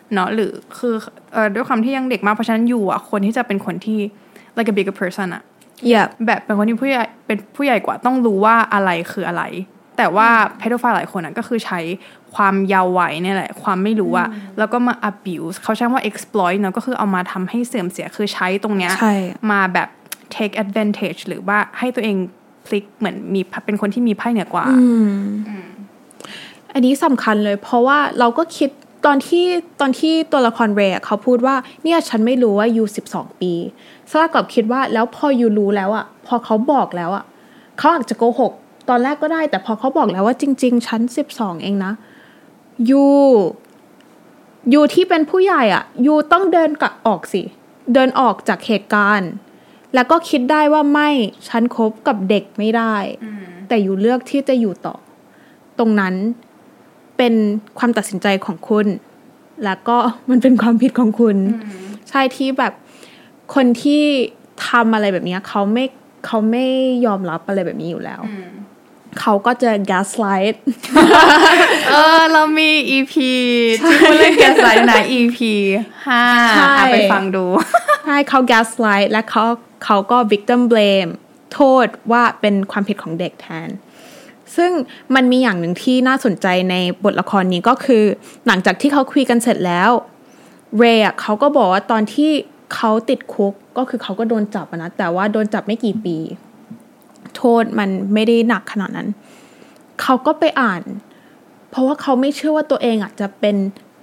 เนาะหรือคือเอ่อด้วยความที่ยังเด็กมากเพราะฉะนั้นอยู่อ่ะคนที่จะเป็นคนที่ like a bigger person อ่ะ yeah. แบบเป็นคนที่ผู้ใหญ่เป็นผู้ใหญ่กว่าต้องรู้ว่าอะไรคืออะไรแต่ว่า pedophile หลายคนอ่ะก็คือใช้ความเยาว์วัยเนี่ยแหละความไม่รู้อ่ะแล้วก็มา abuse เขาใช้ว่า exploit เนาะก็คือเอามาทำให้เสื่อมเสียคือใช้ตรงเนี้ยมาแบบ take advantage หรือว่าให้ตัวเองพลิกเหมือนมีเป็นคนที่มีไพ่เหนือกว่าอันนี้สำคัญเลยเพราะว่าเราก็คิดตอนที่ตอนที่ตัวละครเรย์เขาพูดว่าเนี่ยฉันไม่รู้ว่ายูสิบสองปีซาร่ากลับคิดว่าแล้วพอยูรู้แล้วอ่ะพอเขาบอกแล้วอ่ะเขาอาจจะโกหกตอนแรกก็ได้แต่พอเขาบอกแล้วว่าจริงๆฉันสิบสองเองนะยูยูที่เป็นผู้ใหญ่อ่ะยูต้องเดินกลับออกสิเดินออกจากเหตุการณ์แล้วก็คิดได้ว่าไม่ฉันคบกับเด็กไม่ได้แต่ยูเลือกที่จะอยู่ต่อตรงนั้นเป็นความตัดสินใจของคุณแล้วก็มันเป็นความผิดของคุณใช่ที่แบบคนที่ทำอะไรแบบนี้เขาไม่เขาไม่ยอมรับอะไรแบบนี้อยู่แล้วเขาก็จะ gaslight เออเรามี อี พี ที่พูดเรื่อง gaslight นะ อี พี ห้าเอาไปฟังดูใช่เขา gaslight และเขาเขาก็ victim blame โทษว่าเป็นความผิดของเด็กแทนซึ่งมันมีอย่างหนึ่งที่น่าสนใจในบทละครนี้ก็คือหลังจากที่เขาคุยกันเสร็จแล้วเรย์อ่ะเขาก็บอกว่าตอนที่เขาติดคุกก็คือเขาก็โดนจับนะแต่ว่าโดนจับไม่กี่ปีโทษมันไม่ได้หนักขนาดนั้นเขาก็ไปอ่านเพราะว่าเขาไม่เชื่อว่าตัวเองอ่ะจะเป็น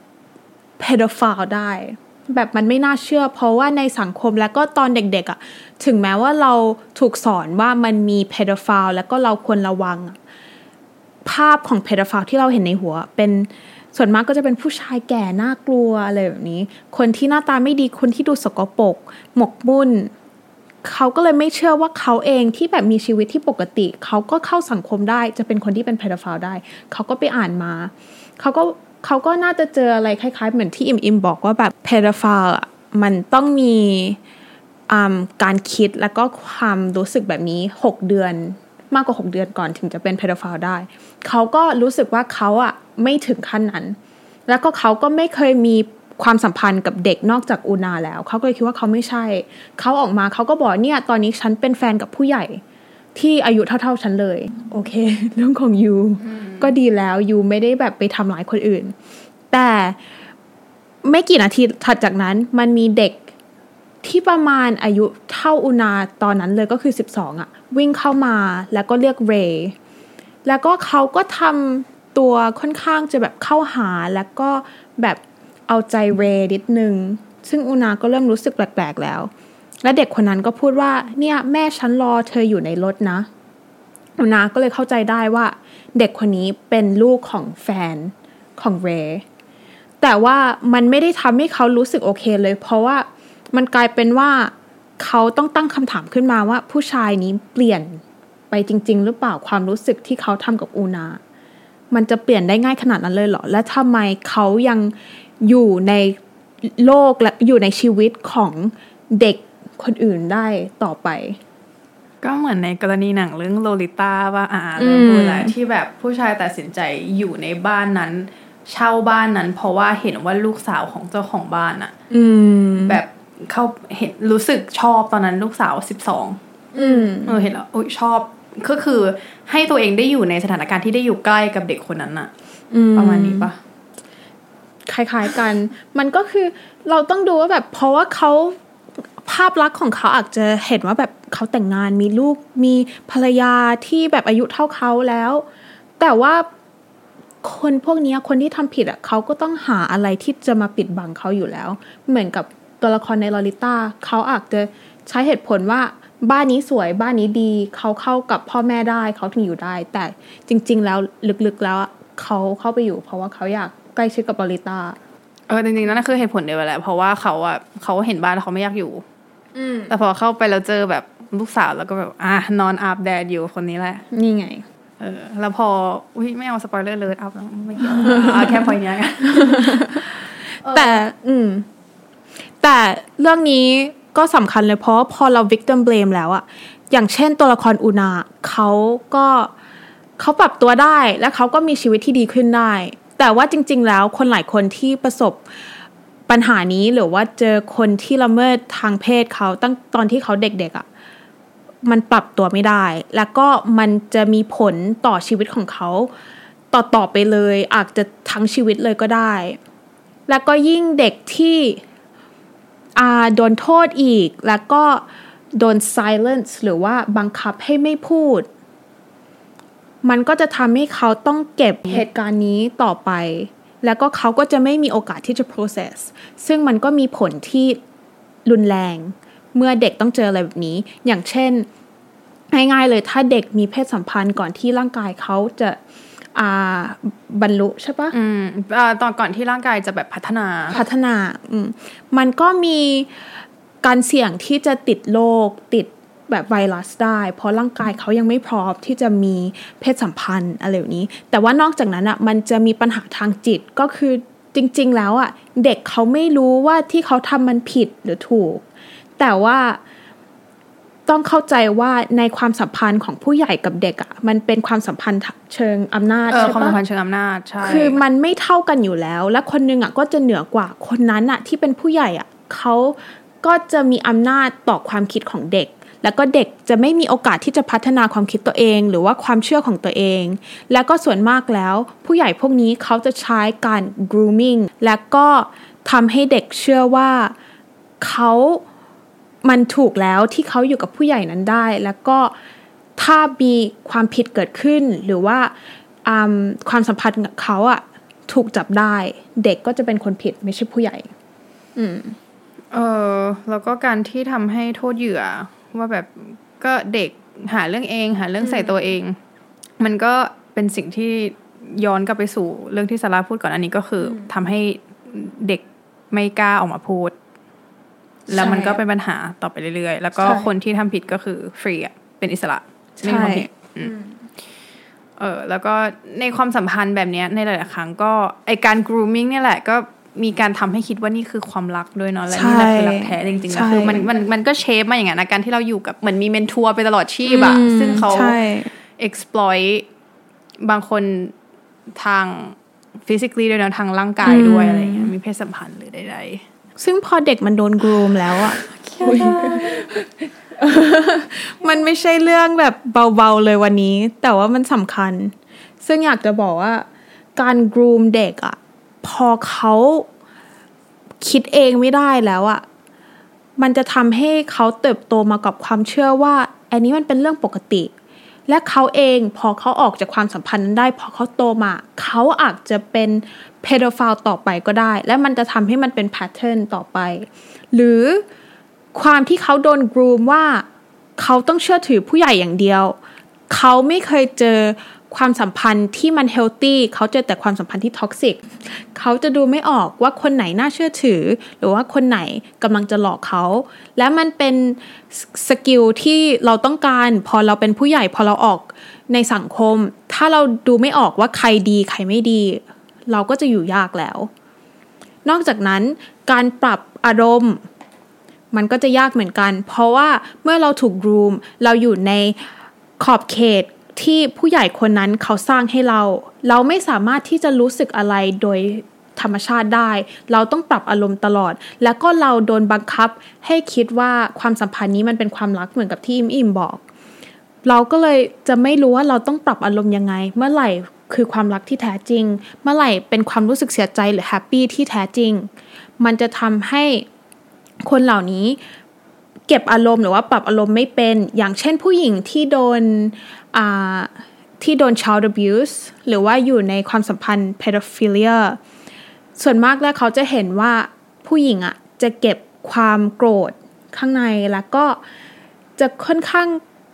pedophile ได้แบบมันไม่น่าเชื่อเพราะว่าในสังคมแล้วก็ตอนเด็กๆอ่ะถึงแม้ว่าเราถูกสอนว่ามันมี pedophile แล้วก็เราควรระวังภาพของ pedophile ที่เราเห็นในหัวเป็นส่วนมากก็จะเป็นผู้ชายแก่น่ากลัวอะไรแบบนี้คนที่หน้าตาไม่ดีคนที่ดูสกปรกหมกมุ่นเขาก็เลยไม่เชื่อว่าเขาเองที่แบบมีชีวิตที่ปกติเขาก็เข้าสังคมได้จะเป็นคนที่เป็น pedophile ได้เขาก็ไปอ่านมาเขาก็เขาก็น่าจะเจออะไรคล้ายๆเหมือนที่อิมอิมบอกว่าแบบ pedophile อ่ะมันต้องมีการคิดแล้วก็ความรู้สึกแบบนี้หกเดือนมากกว่าหกเดือนก่อนถึงจะเป็น pedophile ได้เขาก็รู้สึกว่าเขาอ่ะไม่ถึงขั้นนั้นแล้วก็เขาก็ไม่เคยมีความสัมพันธ์กับเด็กนอกจากอูนาแล้วเขาก็เลยคิดว่าเขาไม่ใช่เขาออกมาเขาก็บอกเนี่ยตอนนี้ฉันเป็นแฟนกับผู้ใหญ่ที่อายุเท่าๆฉันเลยโอเคเรื่องของยูก็ดีแล้วยูไม่ได้แบบไปทำร้ายคนอื่นแต่ไม่กี่นาทีถัดจากนั้นมันมีเด็กที่ประมาณอายุเท่าอูนาตอนนั้นเลยก็คือสิบสองอ่ะวิ่งเข้ามาแล้วก็เรียกเรย์แล้วก็เขาก็ทำตัวค่อนข้างจะแบบเข้าหาแล้วก็แบบเอาใจเรย์นิดนึงซึ่งอูนาก็เริ่มรู้สึกแปลกๆแล้วและเด็กคนนั้นก็พูดว่าเนี่ยแม่ฉันรอเธออยู่ในรถนะอูนาก็เลยเข้าใจได้ว่าเด็กคนนี้เป็นลูกของแฟนของเรย์แต่ว่ามันไม่ได้ทำให้เขารู้สึกโอเคเลยเพราะว่ามันกลายเป็นว่าเขาต้องตั้งคำถามขึ้นมาว่าผู้ชายนี้เปลี่ยนไปจริงๆหรือเปล่าความรู้สึกที่เขาทำกับอูนามันจะเปลี่ยนได้ง่ายขนาดนั้นเลยเหรอและทำไมเขายังอยู่ในโลกและอยู่ในชีวิตของเด็กคนอื่นได้ต่อไปก็เหมือนในกรณีหนังเรื่องโลลิต้าว่าอ่าเรื่องพูดแล้วที่แบบผู้ชายตัดสินใจอยู่ในบ้านนั้นเช่าบ้านนั้นเพราะว่าเห็นว่าลูกสาวของเจ้าของบ้านอ่ะแบบเขาเห็นรู้สึกชอบตอนนั้นลูกสาวสิบสองอืมเออเห็นแล้วโอ๊ยชอบก็คือให้ตัวเองได้อยู่ในสถานการณ์ที่ได้อยู่ใกล้กับเด็กคนนั้นน่ะประมาณนี้ปะคล้ายๆกันมันก็คือเราต้องดูว่าแบบเพราะว่าเขาภาพลักษณ์ของเขาอาจจะเห็นว่าแบบเขาแต่งงานมีลูกมีภรรยาที่แบบอายุเท่าเขาแล้วแต่ว่าคนพวกนี้คนที่ทำผิดอ่ะเขาก็ต้องหาอะไรที่จะมาปิดบังเขาอยู่แล้วเหมือนกับตัวละครในลอลิต้าเขาอาจจะใช้เหตุผลว่าบ้านนี้สวยบ้านนี้ดีเขาเข้ากับพ่อแม่ได้เขาถึงอยู่ได้แต่จริงๆแล้วลึกๆแล้วเขาเข้าไปอยู่เพราะว่าเขาอยากใกล้ชิดกับลอลิต้าเออจริงๆนั่นคือเหตุผลเดียวแหละเพราะว่าเขาอ่ะเขาเห็นบ้านแล้วเขาไม่อยากอยู่แต่พอเข้าไปแล้วเจอแบบลูกสาวแล้วก็แบบอ่ะนอนอาบแดดอยู่คนนี้แหละนี่ไงเออแล้วพออุ้ยไม่เอาสปอยเลอร์เลยอัพแล้วไม่เกี่ยวเอาแค่พอยนี้กันแต่อืมแต่เรื่องนี้ก็สำคัญเลยเพราะพอเรา victim blame แล้วอะอย่างเช่นตัวละครอูนาเขาก็เขาปรับตัวได้และเขาก็มีชีวิตที่ดีขึ้นได้แต่ว่าจริงๆแล้วคนหลายคนที่ประสบปัญหานี้หรือว่าเจอคนที่ละเมิดทางเพศเขาตั้งตอนที่เขาเด็กๆอ่ะมันปรับตัวไม่ได้แล้วก็มันจะมีผลต่อชีวิตของเขาต่อๆไปเลยอาจจะทั้งชีวิตเลยก็ได้แล้วก็ยิ่งเด็กที่อ่าโดนโทษอีกแล้วก็โดน silence หรือว่าบังคับให้ไม่พูดมันก็จะทำให้เขาต้องเก็บเหตุการณ์นี้ต่อไปแล้วก็เขาก็จะไม่มีโอกาสที่จะ process ซึ่งมันก็มีผลที่รุนแรงเมื่อเด็กต้องเจออะไรแบบนี้อย่างเช่นง่ายๆเลยถ้าเด็กมีเพศสัมพันธ์ก่อนที่ร่างกายเขาจะอ่าบรรลุใช่ปะอืมอ่าตอนก่อนที่ร่างกายจะแบบพัฒนาพัฒนาอืมมันก็มีการเสี่ยงที่จะติดโรคติดแบบไวรัสได้เพราะร่างกายเขายังไม่พร้อมที่จะมีเพศสัมพันธ์อะไรแบบนี้แต่ว่านอกจากนั้นอ่ะมันจะมีปัญหาทางจิตก็คือจริงๆแล้วอ่ะเด็กเขาไม่รู้ว่าที่เขาทำมันผิดหรือถูกแต่ว่าต้องเข้าใจว่าในความสัมพันธ์ของผู้ใหญ่กับเด็กอ่ะมันเป็นความสัมพันธ์เชิงอำนาจใช่ปะเออความสัมพันธ์เชิงอำนาจใช่คือมันไม่เท่ากันอยู่แล้วและคนนึงอ่ะก็จะเหนือกว่าคนนั้นอ่ะที่เป็นผู้ใหญ่อ่ะเขาก็จะมีอำนาจต่อความคิดของเด็กแล้วก็เด็กจะไม่มีโอกาสที่จะพัฒนาความคิดตัวเองหรือว่าความเชื่อของตัวเองแล้วก็ส่วนมากแล้วผู้ใหญ่พวกนี้เขาจะใช้การ grooming แล้วก็ทำให้เด็กเชื่อว่าเขามันถูกแล้วที่เขาอยู่กับผู้ใหญ่นั้นได้แล้วก็ถ้ามีความผิดเกิดขึ้นหรือว่าความสัมพันธ์กับเขาอ่ะถูกจับได้เด็กก็จะเป็นคนผิดไม่ใช่ผู้ใหญ่อืมเออแล้วก็การที่ทำให้โทษเหยื่อว่าแบบก็เด็กหาเรื่องเองหาเรื่องใส่ตัวเองมันก็เป็นสิ่งที่ย้อนกลับไปสู่เรื่องที่ซาร่าพูดก่อนอันนี้ก็คือทำให้เด็กไม่กล้าออกมาพูดแล้วมันก็เป็นปัญหาต่อไปเรื่อยๆแล้วก็คนที่ทำผิดก็คือฟรีอ่ะเป็นอิสระไม่มีความผิดเออแล้วก็ในความสัมพันธ์แบบนี้ในหลายๆครั้งก็ไอการ grooming เนี่ยแหละก็มีการทำให้คิดว่านี่คือความรักด้วยเนาะและนี่แหละคือรักแท้จริงๆแล้วคือมันมันมันก็เชฟมาอย่างนั้นนะการที่เราอยู่กับเหมือนมีเมนทัวร์ไปตลอดชีพอะซึ่งเขา exploit บางคนทาง physically ด้วยนะทางร่างกายด้วยอะไรเงี้ยมีเพศสัมพันธ์หรือใดๆซึ่งพอเด็กมันโดน groom แล้วอะ มันไม่ใช่เรื่องแบบเบาๆเลยวันนี้แต่ว่ามันสำคัญซึ่งอยากจะบอกว่าการ groom เด็กอะพอเขาคิดเองไม่ได้แล้วอะมันจะทำให้เขาเติบโตมากับความเชื่อว่าอันนี้มันเป็นเรื่องปกติและเขาเองพอเขาออกจากความสัมพันธ์นั้นได้พอเขาโตมาเขาอาจจะเป็นเพโดไฟล์ต่อไปก็ได้และมันจะทำให้มันเป็นแพทเทิร์นต่อไปหรือความที่เขาโดน groom ว่าเขาต้องเชื่อถือผู้ใหญ่อย่างเดียวเขาไม่เคยเจอความสัมพันธ์ที่มันเฮลตี้เขาเจอแต่ความสัมพันธ์ที่ท็อกซิกเขาจะดูไม่ออกว่าคนไหนน่าเชื่อถือหรือว่าคนไหนกำลังจะหลอกเขาและมันเป็นสกิลที่เราต้องการพอเราเป็นผู้ใหญ่พอเราออกในสังคมถ้าเราดูไม่ออกว่าใครดีใครไม่ดีเราก็จะอยู่ยากแล้วนอกจากนั้นการปรับอารมณ์มันก็จะยากเหมือนกันเพราะว่าเมื่อเราถูก groom เราอยู่ในขอบเขตที่ผู้ใหญ่คนนั้นเขาสร้างให้เราเราไม่สามารถที่จะรู้สึกอะไรโดยธรรมชาติได้เราต้องปรับอารมณ์ตลอดแล้วก็เราโดนบังคับให้คิดว่าความสัมพันธ์นี้มันเป็นความรักเหมือนกับที่อิมอิมบอกเราก็เลยจะไม่รู้ว่าเราต้องปรับอารมณ์ยังไงเมื่อไหร่คือความรักที่แท้จริงเมื่อไหร่เป็นความรู้สึกเสียใจหรือแฮปปี้ที่แท้จริงมันจะทำให้คนเหล่านี้เก็บอารมณ์หรือว่าปรับอารมณ์ไม่เป็นอย่างเช่นผู้หญิงที่โดนอ่าที่โดน child abuse หรือว่าอยู่ในความสัมพันธ์ pedophilia ส่วนมากแล้วเขาจะเห็นว่าผู้หญิงอ่ะจะเก็บความโกรธข้างในแล้วก็จะค่อนข้าง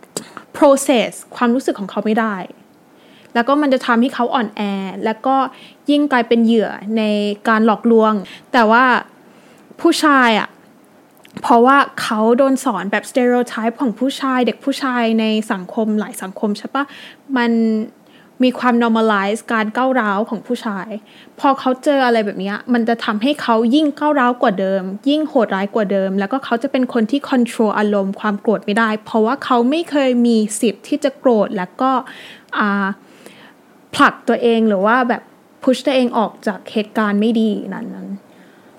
process ความรู้สึกของเขาไม่ได้แล้วก็มันจะทำให้เขาอ่อนแอแล้วก็ยิ่งกลายเป็นเหยื่อในการหลอกลวงแต่ว่าผู้ชายอ่ะเพราะว่าเขาโดนสอนแบบ stereotype ของผู้ชายเด็กผู้ชายในสังคมหลายสังคมใช่ปะมันมีความ normalize การก้าวร้าวของผู้ชายพอเขาเจออะไรแบบนี้มันจะทำให้เขายิ่งก้าวร้าวกว่าเดิมยิ่งโหดร้ายกว่าเดิมแล้วก็เขาจะเป็นคนที่ control อารมณ์ความโกรธไม่ได้เพราะว่าเขาไม่เคยมีสิทธิ์ที่จะโกรธแล้วก็อ่าผลักตัวเองหรือว่าแบบ push ตัวเองออกจากเหตุการณ์ไม่ดีนั้นนั้น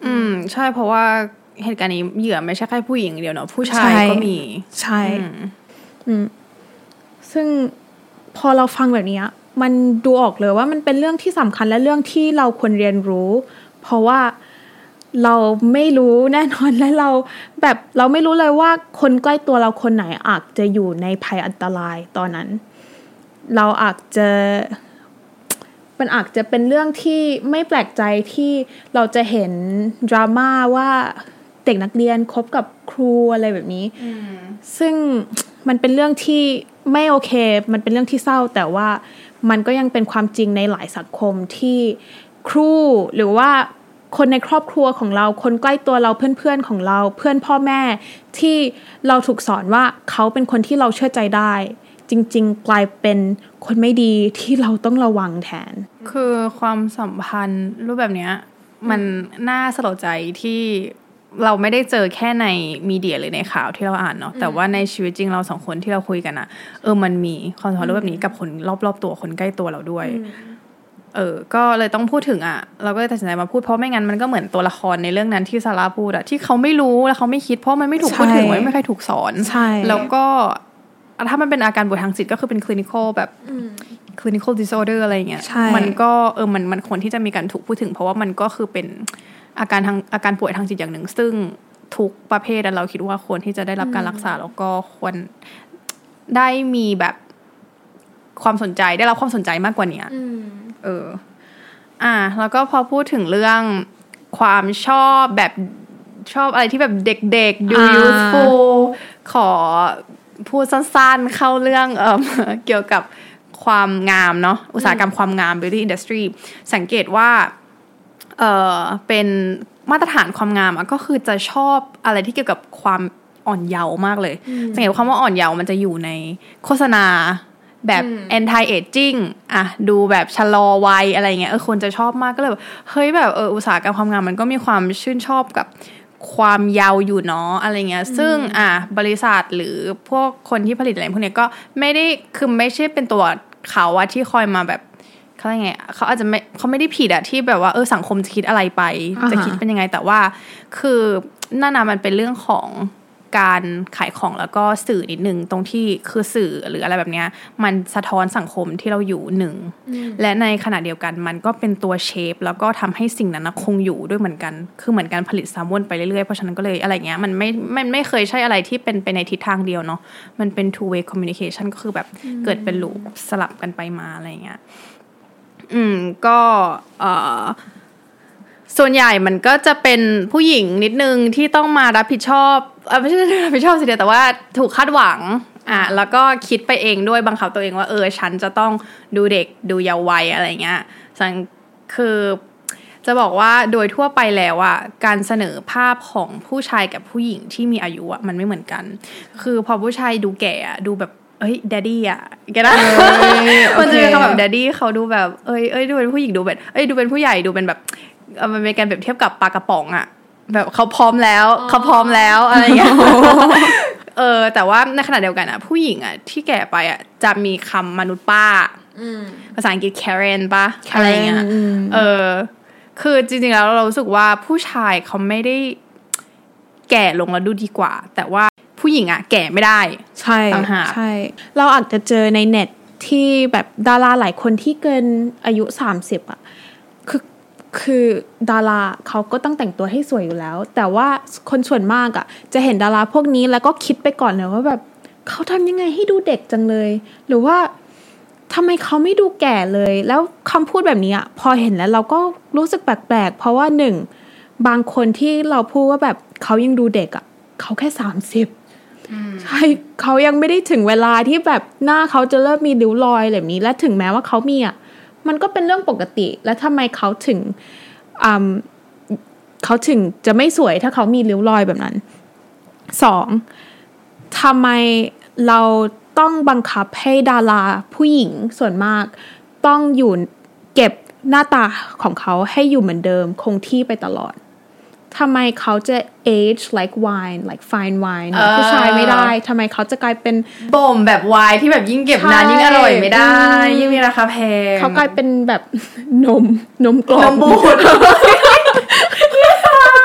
อืมใช่เพราะว่าเหตุการณ์นี้เหยื่อไม่ใช่แค่ผู้หญิงเดียวเนาะผู้ชายก็มีใช่อืมซึ่งพอเราฟังแบบนี้มันดูออกเลยว่ามันเป็นเรื่องที่สำคัญและเรื่องที่เราควรเรียนรู้เพราะว่าเราไม่รู้แน่นอนและเราแบบเราไม่รู้เลยว่าคนใกล้ตัวเราคนไหนอาจจะอยู่ในภัยอันตรายตอนนั้นเราอาจจะมันอาจจะเป็นเรื่องที่ไม่แปลกใจที่เราจะเห็นดราม่าว่าเด็กนักเรียนคบกับครูอะไรแบบนี้ซึ่งมันเป็นเรื่องที่ไม่โอเคมันเป็นเรื่องที่เศร้าแต่ว่ามันก็ยังเป็นความจริงในหลายสังคมที่ครูหรือว่าคนในครอบครัวของเราคนใกล้ตัวเราเพื่อนๆของเราเพื่อนพ่อแม่ที่เราถูกสอนว่าเขาเป็นคนที่เราเชื่อใจได้จริงๆกลายเป็นคนไม่ดีที่เราต้องระวังแทนคือความสัมพันธ์รูปแบบนี้มันน่าสลดใจที่เราไม่ได้เจอแค่ในมีเดียหรือในข่าวที่เราอ่านเนาะแต่ว่าในชีวิตจริงเราสองคนที่เราคุยกันอะเออมันมีความสัมพันธ์รูปแบบนี้กับคนรอบๆตัวคนใกล้ตัวเราด้วยเออก็เลยต้องพูดถึงอ่ะเราก็เลยตัดสินใจมาพูดเพราะไม่งั้นมันก็เหมือนตัวละครในเรื่องนั้นที่ซาร่าพูดอะที่เขาไม่รู้และเขาไม่คิดเพราะมันไม่ถูกพูดถึงไม่เคยถูกสอนแล้วก็ถ้ามันเป็นอาการป่วยทางจิตก็คือเป็น clinical แบบ clinical disorder อะไรเงี้ยมันก็เออมันมันควรที่จะมีการถูกพูดถึงเพราะว่ามันก็คือเป็นอาการทางอาการป่วยทางจิตอย่างหนึ่งซึ่งทุกประเภทเราคิดว่าควรที่จะได้รับการรักษาแล้วก็ควรได้มีแบบความสนใจได้รับความสนใจมากกว่านี้เอออ่ะแล้วก็พอพูดถึงเรื่องความชอบแบบชอบอะไรที่แบบเด็กๆดู youthful ขอพูดสั้นๆเข้าเรื่องเอ่อเกี่ยวกับความงามเนาะอุตสาหกรรมความงาม beauty industry สังเกตว่าเอ่อเป็นมาตรฐานความงามก็คือจะชอบอะไรที่เกี่ยวกับความอ่อนเยาว์มากเลยสังเกตว่าคำว่าอ่อนเยาว์มันจะอยู่ในโฆษณาแบบ anti aging อ่ะดูแบบชะลอวัยอะไรเงี้ยเออคนจะชอบมากก็เลยแบบเฮ้ยแบบเอออุตสาหกรรมความงามมันก็มีความชื่นชอบกับความเยาว์อยู่เนาะอะไรเงี้ยซึ่งอ่ะบริษัทหรือพวกคนที่ผลิตอะไรพวกเนี้ยก็ไม่ได้คือไม่ใช่เป็นตัวเขาอะที่คอยมาแบบเขาไงเขาอาจจะไม่เขาไม่ได้ผิดอะที่แบบว่าเออสังคมจะคิดอะไรไป uh-huh. จะคิดเป็นยังไงแต่ว่าคือนั่นนะมันเป็นเรื่องของการขายของแล้วก็สื่อนิดนึงตรงที่คือสื่อหรืออะไรแบบเนี้ยมันสะท้อนสังคมที่เราอยู่หนึ่งและในขณะเดียวกันมันก็เป็นตัวเชฟแล้วก็ทำให้สิ่งนั้นคงอยู่ด้วยเหมือนกันคือเหมือนการผลิตซ้ำวนไปเรื่อยๆเพราะฉะนั้นก็เลยอะไรเงี้ยมันไม่มันไม่เคยใช่อะไรที่เป็นไปในทิศทางเดียวเนาะมันเป็น two way communication ก็คือแบบเกิดเป็นลูปสลับกันไปมาอะไรเงี้ยอืมก็เอ่อส่วนใหญ่มันก็จะเป็นผู้หญิงนิดนึงที่ต้องมารับผิดชอบเออไม่ใช่รับผิดชอบสิเดียวแต่ว่าถูกคาดหวังอ่ะแล้วก็คิดไปเองด้วยบังคับตัวเองว่าเออฉันจะต้องดูเด็กดูเยาว์วัยอะไรเงี้ยสังคือจะบอกว่าโดยทั่วไปแล้วอ่ะการเสนอภาพของผู้ชายกับผู้หญิงที่มีอายุอ่ะมันไม่เหมือนกันคือพอผู้ชายดูแก่อ่ะดูแบบเอ้ยแดดดี้อ่ะแกนะมันจะเป็นคำแบบแดดดี้เขาดูแบบเอ้ยเอ้ยดูเป็นผู้หญิงดูแบบเอ้ยดูเป็นผู้ใหญ่ดูเป็นแบบมันเป็นการแบบเทียบกับปลากระป๋องอ่ะแบบเขาพร้อมแล้วเขาพร้อมแล้วอะไรอย่างเงี้ยเออแต่ว่าในขณะเดียวกันอ่ะผู้หญิงอ่ะที่แก่ไปอ่ะจะมีคำมนุษย์ป้าภาษาอังกฤษ Karen ป่ะอะไรอย่างเงี้ยเออคือจริงๆแล้วเรารู้สึกว่าผู้ชายเขาไม่ได้แก่ลงแล้วดูดีกว่าแต่ว่าผู้หญิงอ่ะแก่ไม่ได้ใช่ใช่เราอาจจะเจอในเน็ตที่แบบดาราหลายคนที่เกินอายุสามสิบอ่ะคือคือดาราเขาก็ต้องแต่งตัวให้สวยอยู่แล้วแต่ว่าคนส่วนมากอ่ะจะเห็นดาราพวกนี้แล้วก็คิดไปก่อนเลยว่าแบบเขาทำยังไงให้ดูเด็กจังเลยหรือว่าทำไมเขาไม่ดูแก่เลยแล้วคำพูดแบบนี้อ่ะพอเห็นแล้วเราก็รู้สึกแปลกๆเพราะว่าหนึ่งบางคนที่เราพูดว่าแบบเขายังดูเด็กอ่ะเขาแค่สามสิบใช่เขายังไม่ได้ถึงเวลาที่แบบหน้าเขาจะเริ่มมีริ้วรอยแบบนี้และถึงแม้ว่าเขามีอ่ะมันก็เป็นเรื่องปกติแล้วทำไมเขาถึงอืมเขาถึงจะไม่สวยถ้าเขามีริ้วรอยแบบนั้นสองทำไมเราต้องบังคับให้ดาราผู้หญิงส่วนมากต้องอยู่เก็บหน้าตาของเขาให้อยู่เหมือนเดิมคงที่ไปตลอดทำไมเขาจะ age like wine like fine wine ผู้ชายไม่ได้ทำไมเขาจะกลายเป็นบ่มแบบไวน์ที่แบบยิ่งเก็บนานยิ่งอร่อยไม่ได้ยิ่งมีราคาแพงเขากลายเป็นแบบนมนมกล่องนมบูด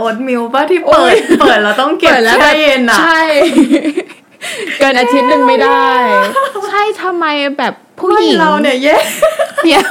ตมิลป่ะที่เปิดเปิดแล้วต้องเก็บแช่เย็นอ่ะใช่เกินอาทิตย์นึงไม่ได้ใช่ทำไมแบบผู้หญิงเราเนี่ยแย่เนี่ย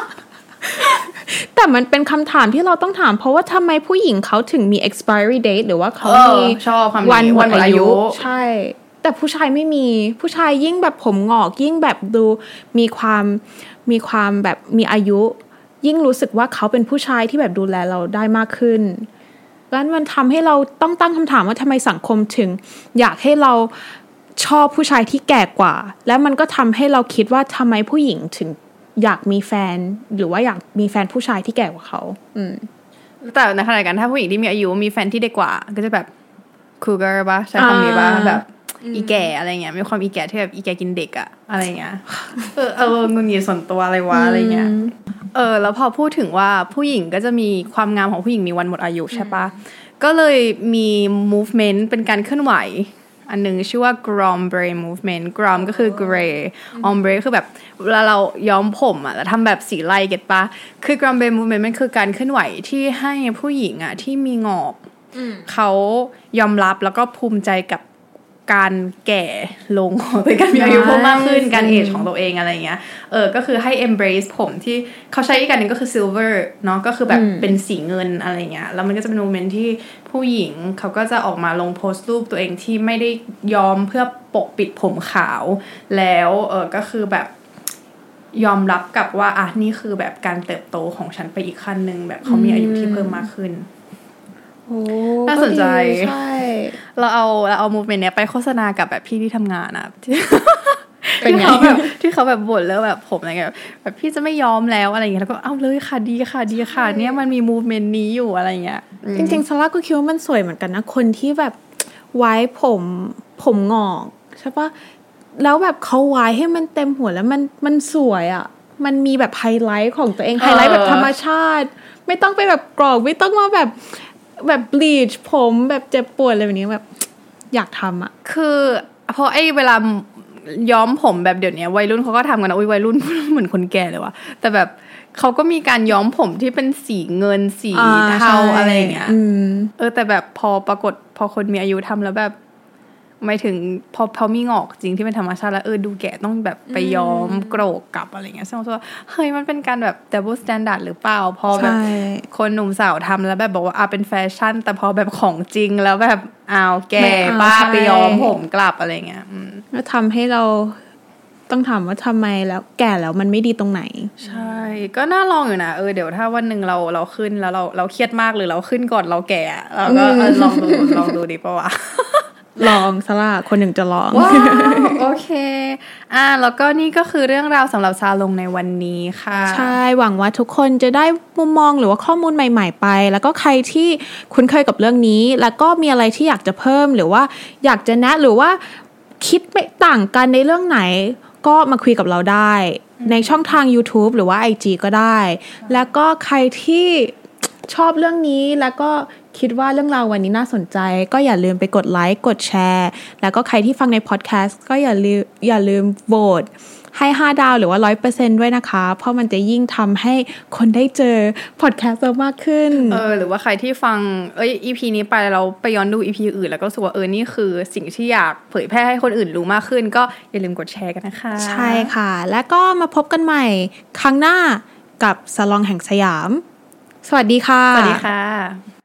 แต่มันเป็นคำถามที่เราต้องถามเพราะว่าทำไมผู้หญิงเขาถึงมี expiry date หรือว่าเขามีวันหมดอายุใช่แต่ผู้ชายไม่มีผู้ชายยิ่งแบบผมงอกยิ่งแบบดูมีความมีความแบบมีอายุยิ่งรู้สึกว่าเขาเป็นผู้ชายที่แบบดูแลเราได้มากขึ้นแล้วมันทำให้เราต้องตั้งคำถามว่าทำไมสังคมถึงอยากให้เราชอบผู้ชายที่แก่กว่าแล้วมันก็ทำให้เราคิดว่าทำไมผู้หญิงถึงอยากมีแฟนหรือว่าอยากมีแฟนผู้ชายที่แก่กว่าเขาอืมแต่ในขณะเดียวกันถ้าผู้หญิงที่มีอายุมีแฟนที่เด็กกว่าก็จะแบบคูเกอร์ป่ะใช้คำนี้ป่ะแบบอีแก่อะไรเงี้ยมีความอีแก่ที่แบบอีแก่กินเด็กอะอะไรเงี้ยเออเอองุนงิดส่วนตัวอะไรวะอะไรเงี้ยเออแล้วพอพูดถึงว่าผู้หญิงก็จะมีความงามของผู้หญิงมีวันหมดอายุใช่ปะก็เลยมี movement เป็นการเคลื่อนไหวอันนึงชื่อว่า Grombre movement Grom ก็คือ grey ombre คือแบบเวลาเราย้อมผมอะแล้วทำแบบสีไล่เก็ตปะคือ Grombre movement มันคือการเคลื่อนไหวที่ให้ผู้หญิงอะที่มีงอกเขายอมรับแล้วก็ภูมิใจกับการแก่ลงของตัวเองการมีอายุเพิ่มมากขึ้นการเอจของตัวเองอะไรเงี้ยเออก็คือให้ embrace ผมที่เขาใช้อีกอันนึงก็คือ silver เนาะก็คือแบบเป็นสีเงินอะไรเงี้ยแล้วมันก็จะเป็นโมเมนต์ที่ผู้หญิงเขาก็จะออกมาลงโพสต์รูปตัวเองที่ไม่ได้ยอมเพื่อปกปิดผมขาวแล้วเออก็คือแบบยอมรับกับว่าอ่ะนี่คือแบบการเติบโตของฉันไปอีกขั้นนึงแบบเขามีอายุที่เพิ่มมากขึ้นน่าสนใจใช่เราเอาเราเอา movement เนี้ยไปโฆษณากับแบบพี่ที่ทำงานอ่ะที่เขาแบบที่เขาแบบบ่นแล้วแบบผมอะไรเงี้ยแบบพี่จะไม่ยอมแล้วอะไรเงี้ยแล้วก็เอาเลยค่ะดีค่ะดีค่ะเนี่ยมันมี movement นี้อยู่อะไรเงี้ยจริงๆซาร่าก็คิดว่ามันสวยเหมือนกันนะคนที่แบบไว้ผมผมงอกใช่ปะแล้วแบบเขาไว้ให้มันเต็มหัวแล้วมันมันสวยอ่ะมันมีแบบไฮไลท์ของตัวเองไฮไลท์แบบธรรมชาติไม่ต้องไปแบบกรอกไม่ต้องมาแบบแบบบลีชผมแบบเจ็บปวดอะไรแบบนี้แบบอยากทำอ่ะคือเพราะไอ้เวลาย้อมผมแบบเดี๋ยวนี้วัยรุ่นเขาก็ทำกันนะอุ้ยวัยรุ่นเหมือนคนแก่เลยวะแต่แบบเขาก็มีการย้อมผมที่เป็นสีเงินสีเทาอะไรอย่างเงี้ยเออแต่แบบพอปรากฏพอคนมีอายุทำแล้วแบบไม่ถึงพอพอมีงอกจริงที่เป็นธรรมชาติแล้วเออดูแก่ต้องแบบไปย้อมโกรกกลับอะไรเงี้ยซึ่งว่าเฮ้ยมันเป็นการแบบ double standard หรือเปล่าพอแบบคนหนุ่มสาวทำแล้วแบบบอกว่าอ่ะเป็นแฟชั่นแต่พอแบบของจริงแล้วแบบอ้าวแก่ป้าไปย้อมผมกลับอะไรเงี้ยแล้วทำให้เราต้องถามว่าทำไมแล้วแก่แล้วมันไม่ดีตรงไหนใช่ก็น่าลองอยู่นะเออเดี๋ยวถ้าวันหนึ่งเราเราขึ้นแล้วเราเราเครียดมากหรือเราขึ้นก่อนเราแก่เราก็ลองดูลองดูดีป่าววะลองซะล่ะคนหนึ่งจะลองว้าวโอเคอ่าแล้วก็นี่ก็คือเรื่องราวสำหรับซาลงในวันนี้ค่ะใช่หวังว่าทุกคนจะได้มุมมองหรือว่าข้อมูลใหม่ๆไปแล้วก็ใครที่คุ้นเคยกับเรื่องนี้แล้วก็มีอะไรที่อยากจะเพิ่มหรือว่าอยากจะแนะหรือว่าคิดไม่ต่างกันในเรื่องไหนก็มาคุยกับเราได้ในช่องทาง YouTube หรือว่า ไอ จี ก็ได้แล้วก็ใครที่ชอบเรื่องนี้แล้วก็คิดว่าเรื่องราววันนี้น่าสนใจก็อย่าลืมไปกดไลค์กดแชร์แล้วก็ใครที่ฟังในพอดแคสต์ก็อย่าลืมอย่าลืมโหวตให้ห้าดาวหรือว่า ร้อยเปอร์เซ็นต์ ด้วยนะคะเพราะมันจะยิ่งทำให้คนได้เจอพอดแคสต์เรามากขึ้นเออหรือว่าใครที่ฟังเอ้ย อี พี นี้ไปแล้วไปย้อนดู อี พี อื่นแล้วก็รู้สึกว่าเออนี่คือสิ่งที่อยากเผยแพร่ให้คนอื่นรู้มากขึ้นก็อย่าลืมกดแชร์กันนะคะใช่ค่ะแล้วก็มาพบกันใหม่ครั้งหน้ากับซาลองแห่งสยามสวัสดีค่ะสวัสดีค่ะ